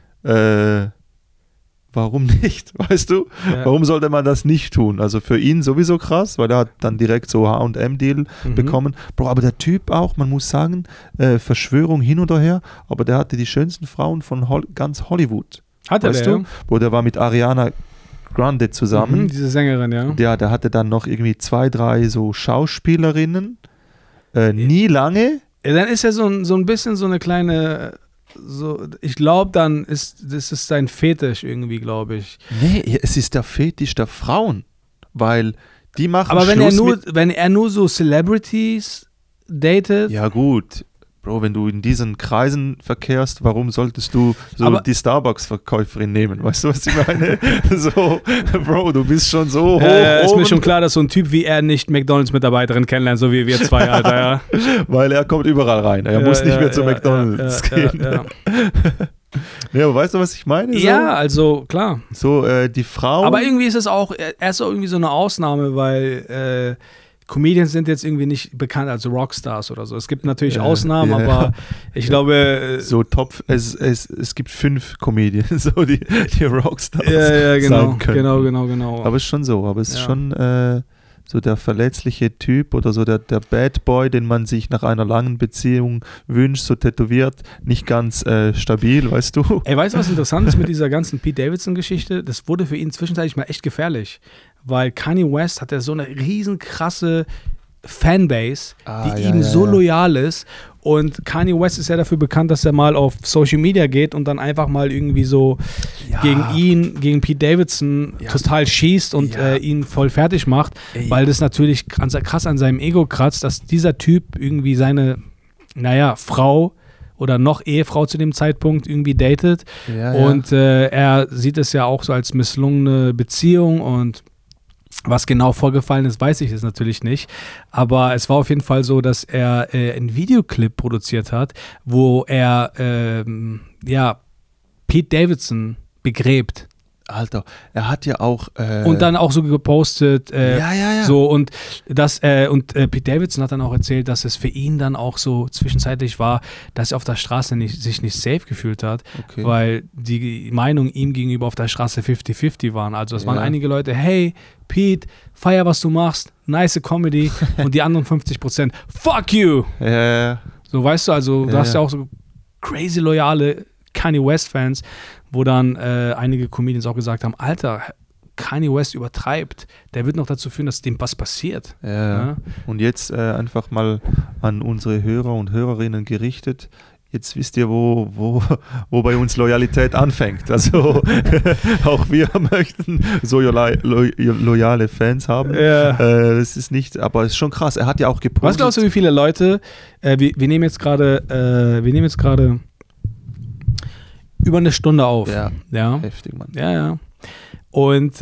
warum nicht, weißt du? Ja. Warum sollte man das nicht tun? Also für ihn sowieso krass, weil er hat dann direkt so H&M-Deal bekommen. Bro, aber der Typ auch, man muss sagen, Verschwörung hin oder her, aber der hatte die schönsten Frauen von ganz Hollywood. Hatte weißt du? Bro, der war mit Ariana Grande zusammen. Diese Sängerin, ja. Ja, der hatte dann noch irgendwie 2, 3 so Schauspielerinnen. Nie lange. Ja, dann ist er so ein bisschen so eine kleine... So, ich glaube, das ist sein Fetisch irgendwie, glaube ich. Nee, es ist der Fetisch der Frauen, weil die machen aber wenn er nur so Celebrities datet. Ja gut, Bro, wenn du in diesen Kreisen verkehrst, warum solltest du die Starbucks-Verkäuferin nehmen? Weißt du, was ich meine? So, Bro, du bist schon so hoch. Ist mir schon klar, dass so ein Typ wie er nicht McDonalds-Mitarbeiterin kennenlernt, so wie wir zwei, Alter, ja. Weil er kommt überall rein. Er muss nicht mehr zu McDonalds gehen. Ja, aber weißt du, was ich meine? So? Ja, also, klar. So, die Frau. Aber irgendwie ist es auch, er ist auch irgendwie so eine Ausnahme, weil Comedians sind jetzt irgendwie nicht bekannt als Rockstars oder so. Es gibt natürlich Ausnahmen, aber ich glaube... So es gibt 5 Comedians, so die Rockstars sein können. Genau. Aber es ist schon so, aber es ist schon so der verletzliche Typ oder so der Bad Boy, den man sich nach einer langen Beziehung wünscht, so tätowiert, nicht ganz stabil, weißt du? Ey, weißt du, was interessant ist mit dieser ganzen Pete Davidson-Geschichte? Das wurde für ihn zwischenzeitlich mal echt gefährlich, weil Kanye West hat ja so eine riesen krasse Fanbase, die ihm so loyal ist. Und Kanye West ist ja dafür bekannt, dass er mal auf Social Media geht und dann einfach mal irgendwie so gegen Pete Davidson total schießt und ihn voll fertig macht, weil das natürlich krass an seinem Ego kratzt, dass dieser Typ irgendwie seine, Frau oder noch Ehefrau zu dem Zeitpunkt irgendwie datet. Und er sieht es ja auch so als misslungene Beziehung und was genau vorgefallen ist, weiß ich jetzt natürlich nicht. Aber es war auf jeden Fall so, dass er einen Videoclip produziert hat, wo er Pete Davidson begräbt. Alter, er hat ja auch und dann auch so gepostet so und das Pete Davidson hat dann auch erzählt, dass es für ihn dann auch so zwischenzeitlich war, dass er auf der Straße sich nicht safe gefühlt hat, weil die Meinungen ihm gegenüber auf der Straße 50-50 waren. Also es waren einige Leute, hey Pete, feier was du machst, nice Comedy und die anderen 50% fuck you. So, weißt du, also du hast ja auch so crazy loyale Kanye West Fans, wo dann einige Comedians auch gesagt haben, Alter, Kanye West übertreibt, der wird noch dazu führen, dass dem was passiert. Und jetzt einfach mal an unsere Hörer und Hörerinnen gerichtet, jetzt wisst ihr, wo bei uns Loyalität anfängt. Also auch wir möchten so loyale Fans haben. Das ist nicht, aber es ist schon krass. Er hat ja auch gepostet. Was glaubst du, wie viele Leute, wir nehmen jetzt gerade über eine Stunde auf. Ja. Heftig, Mann. Ja. Und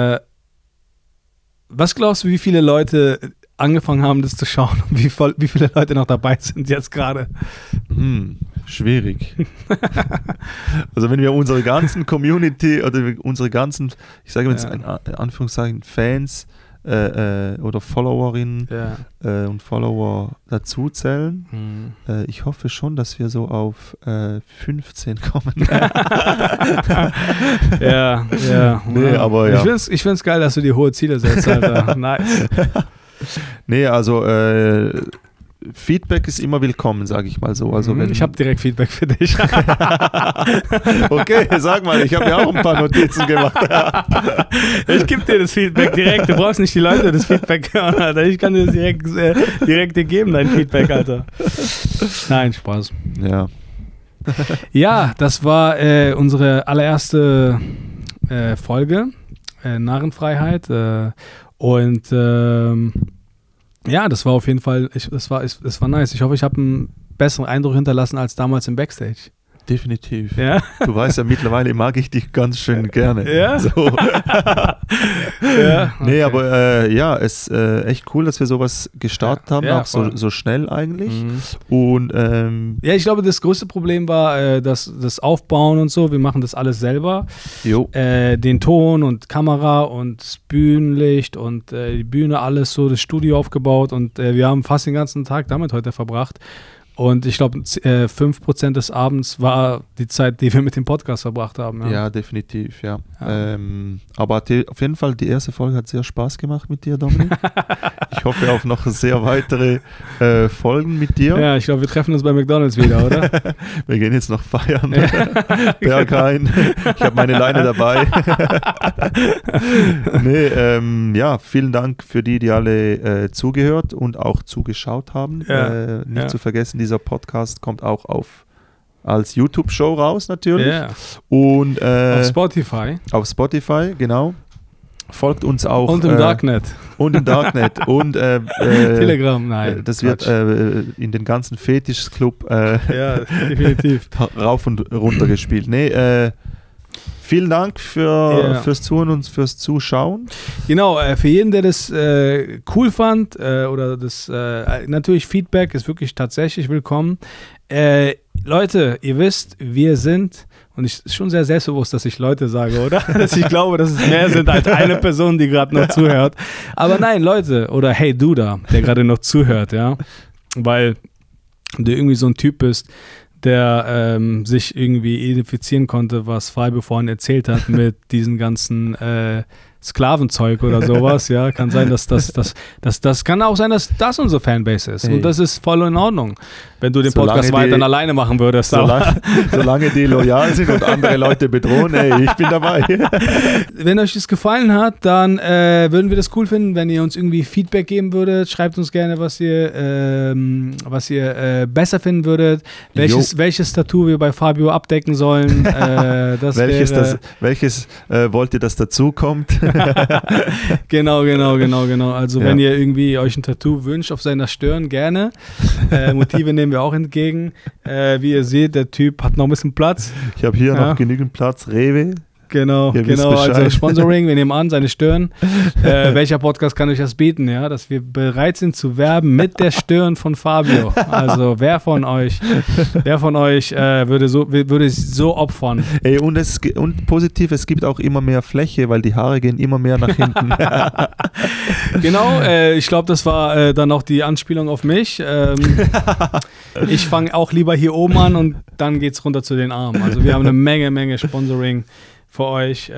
was glaubst du, wie viele Leute angefangen haben, das zu schauen und wie viele Leute noch dabei sind jetzt gerade? Schwierig. Also wenn wir unsere ganzen Community oder unsere ganzen, ich sage jetzt in Anführungszeichen, Fans oder Followerinnen und Follower dazu zählen. Ich hoffe schon, dass wir so auf 15 kommen. Nee, aber Ich find's geil, dass du die hohe Ziele setzt, Alter. Nice. Nee, also Feedback ist immer willkommen, sage ich mal so. Also ich habe direkt Feedback für dich. Okay, sag mal, ich habe ja auch ein paar Notizen gemacht. Ich gebe dir das Feedback direkt. Du brauchst nicht die Leute das Feedback hören, Alter. Ich kann dir das direkt dir geben, dein Feedback, Alter. Nein, Spaß. Ja, das war unsere allererste Folge, Narrenfreiheit. Und das war auf jeden Fall, das war nice. Ich hoffe, ich habe einen besseren Eindruck hinterlassen als damals im Backstage. Definitiv. Ja? Du weißt ja, mittlerweile mag ich dich ganz schön gerne. Ja? So. Okay. Nee, aber es ist echt cool, dass wir sowas gestartet haben, auch so schnell eigentlich. Und ich glaube, das größte Problem war das Aufbauen und so. Wir machen das alles selber. Den Ton und Kamera und das Bühnenlicht und die Bühne, alles so, das Studio aufgebaut und wir haben fast den ganzen Tag damit heute verbracht. Und ich glaube, 5% des Abends war die Zeit, die wir mit dem Podcast verbracht haben. Ja, definitiv, ja. Aber auf jeden Fall, die erste Folge hat sehr Spaß gemacht mit dir, Dominik. Ich hoffe auf noch sehr weitere Folgen mit dir. Ja, ich glaube, wir treffen uns bei McDonald's wieder, oder? Wir gehen jetzt noch feiern. Berghain. Ich habe meine Leine dabei. Vielen Dank für die alle zugehört und auch zugeschaut haben. Nicht zu vergessen, dieser Podcast kommt auch als YouTube-Show raus natürlich. Und auf Spotify. Auf Spotify, genau. Folgt uns auch. Und im Darknet. Und im Darknet. Und Telegram, nein. Das wird in den ganzen Fetisch-Club definitiv rauf und runter gespielt. Vielen Dank fürs Zuhören und fürs Zuschauen. Genau, für jeden, der das cool fand oder das natürlich Feedback ist wirklich tatsächlich willkommen. Leute, ihr wisst, wir sind Und ich ist schon sehr selbstbewusst, dass ich Leute sage, oder? Dass ich glaube, dass es mehr sind als eine Person, die gerade noch zuhört. Aber nein, Leute, oder hey du da, der gerade noch zuhört, ja. Weil du irgendwie so ein Typ bist, der sich irgendwie identifizieren konnte, was Fabio vorhin erzählt hat mit diesen ganzen Sklavenzeug oder sowas, ja, kann sein, dass das kann auch sein, dass das unsere Fanbase ist. Hey. Und das ist voll in Ordnung, wenn du den Podcast weiterhin alleine machen würdest. Solange die loyal sind und andere Leute bedrohen, ey, ich bin dabei. Wenn euch das gefallen hat, dann würden wir das cool finden, wenn ihr uns irgendwie Feedback geben würdet. Schreibt uns gerne, was ihr besser finden würdet, welches Tattoo wir bei Fabio abdecken sollen. Welches wollt ihr, dass dazu kommt? Genau. Also wenn ihr irgendwie euch ein Tattoo wünscht auf seiner Stirn, gerne. Motive nehmen wir auch entgegen. Wie ihr seht, der Typ hat noch ein bisschen Platz. Ich habe hier noch genügend Platz. Rewe. Genau. Also Sponsoring, wir nehmen an, seine Stirn. Welcher Podcast kann euch das bieten, ja? Dass wir bereit sind zu werben mit der Stirn von Fabio. Also wer von euch würde so opfern? Ey, und positiv, es gibt auch immer mehr Fläche, weil die Haare gehen immer mehr nach hinten. Genau, ich glaube, das war dann auch die Anspielung auf mich. Ich fange auch lieber hier oben an und dann geht's runter zu den Armen. Also wir haben eine Menge Sponsoring für euch.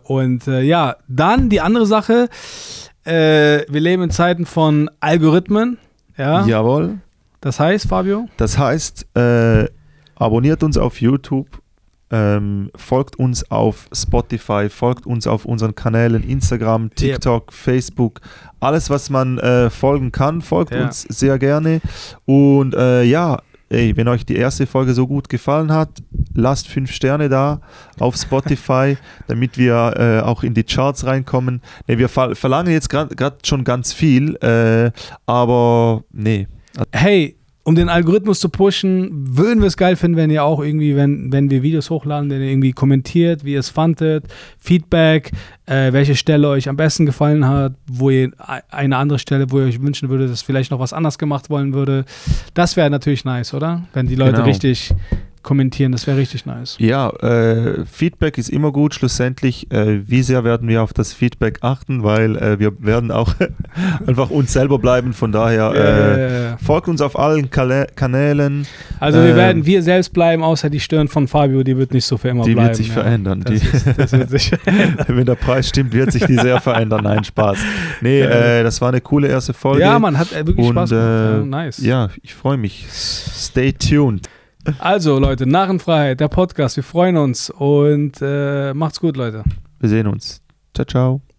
Dann die andere Sache. Wir leben in Zeiten von Algorithmen. Ja? Jawohl. Das heißt, Fabio? Das heißt, abonniert uns auf YouTube, folgt uns auf Spotify, folgt uns auf unseren Kanälen Instagram, TikTok, Facebook. Alles, was man folgen kann, folgt uns sehr gerne. Und wenn euch die erste Folge so gut gefallen hat, lasst 5 Sterne da auf Spotify, damit wir auch in die Charts reinkommen. Wir verlangen jetzt gerade schon ganz viel, aber nee. Hey, um den Algorithmus zu pushen, würden wir es geil finden, wenn ihr auch irgendwie, wenn wir Videos hochladen, wenn ihr irgendwie kommentiert, wie ihr es fandet, Feedback, welche Stelle euch am besten gefallen hat, wo ihr eine andere Stelle, wo ihr euch wünschen würdet, dass vielleicht noch was anders gemacht wollen würde. Das wäre natürlich nice, oder? Wenn die Leute richtig kommentieren, das wäre richtig nice. Ja, Feedback ist immer gut. Schlussendlich, wie sehr werden wir auf das Feedback achten, weil wir werden auch einfach uns selber bleiben. Von daher folgt uns auf allen Kanälen. Also wir selbst bleiben, außer die Stirn von Fabio, die wird nicht so für immer bleiben. Die wird sich verändern. Das wird sich verändern. Wenn der Preis stimmt, wird sich die sehr verändern. Nein, Spaß. Nee, das war eine coole erste Folge. Ja, man, hat wirklich Spaß gemacht. Nice. Ja, ich freue mich. Stay tuned. Also Leute, Narrenfreiheit, der Podcast, wir freuen uns und macht's gut, Leute. Wir sehen uns. Ciao, ciao.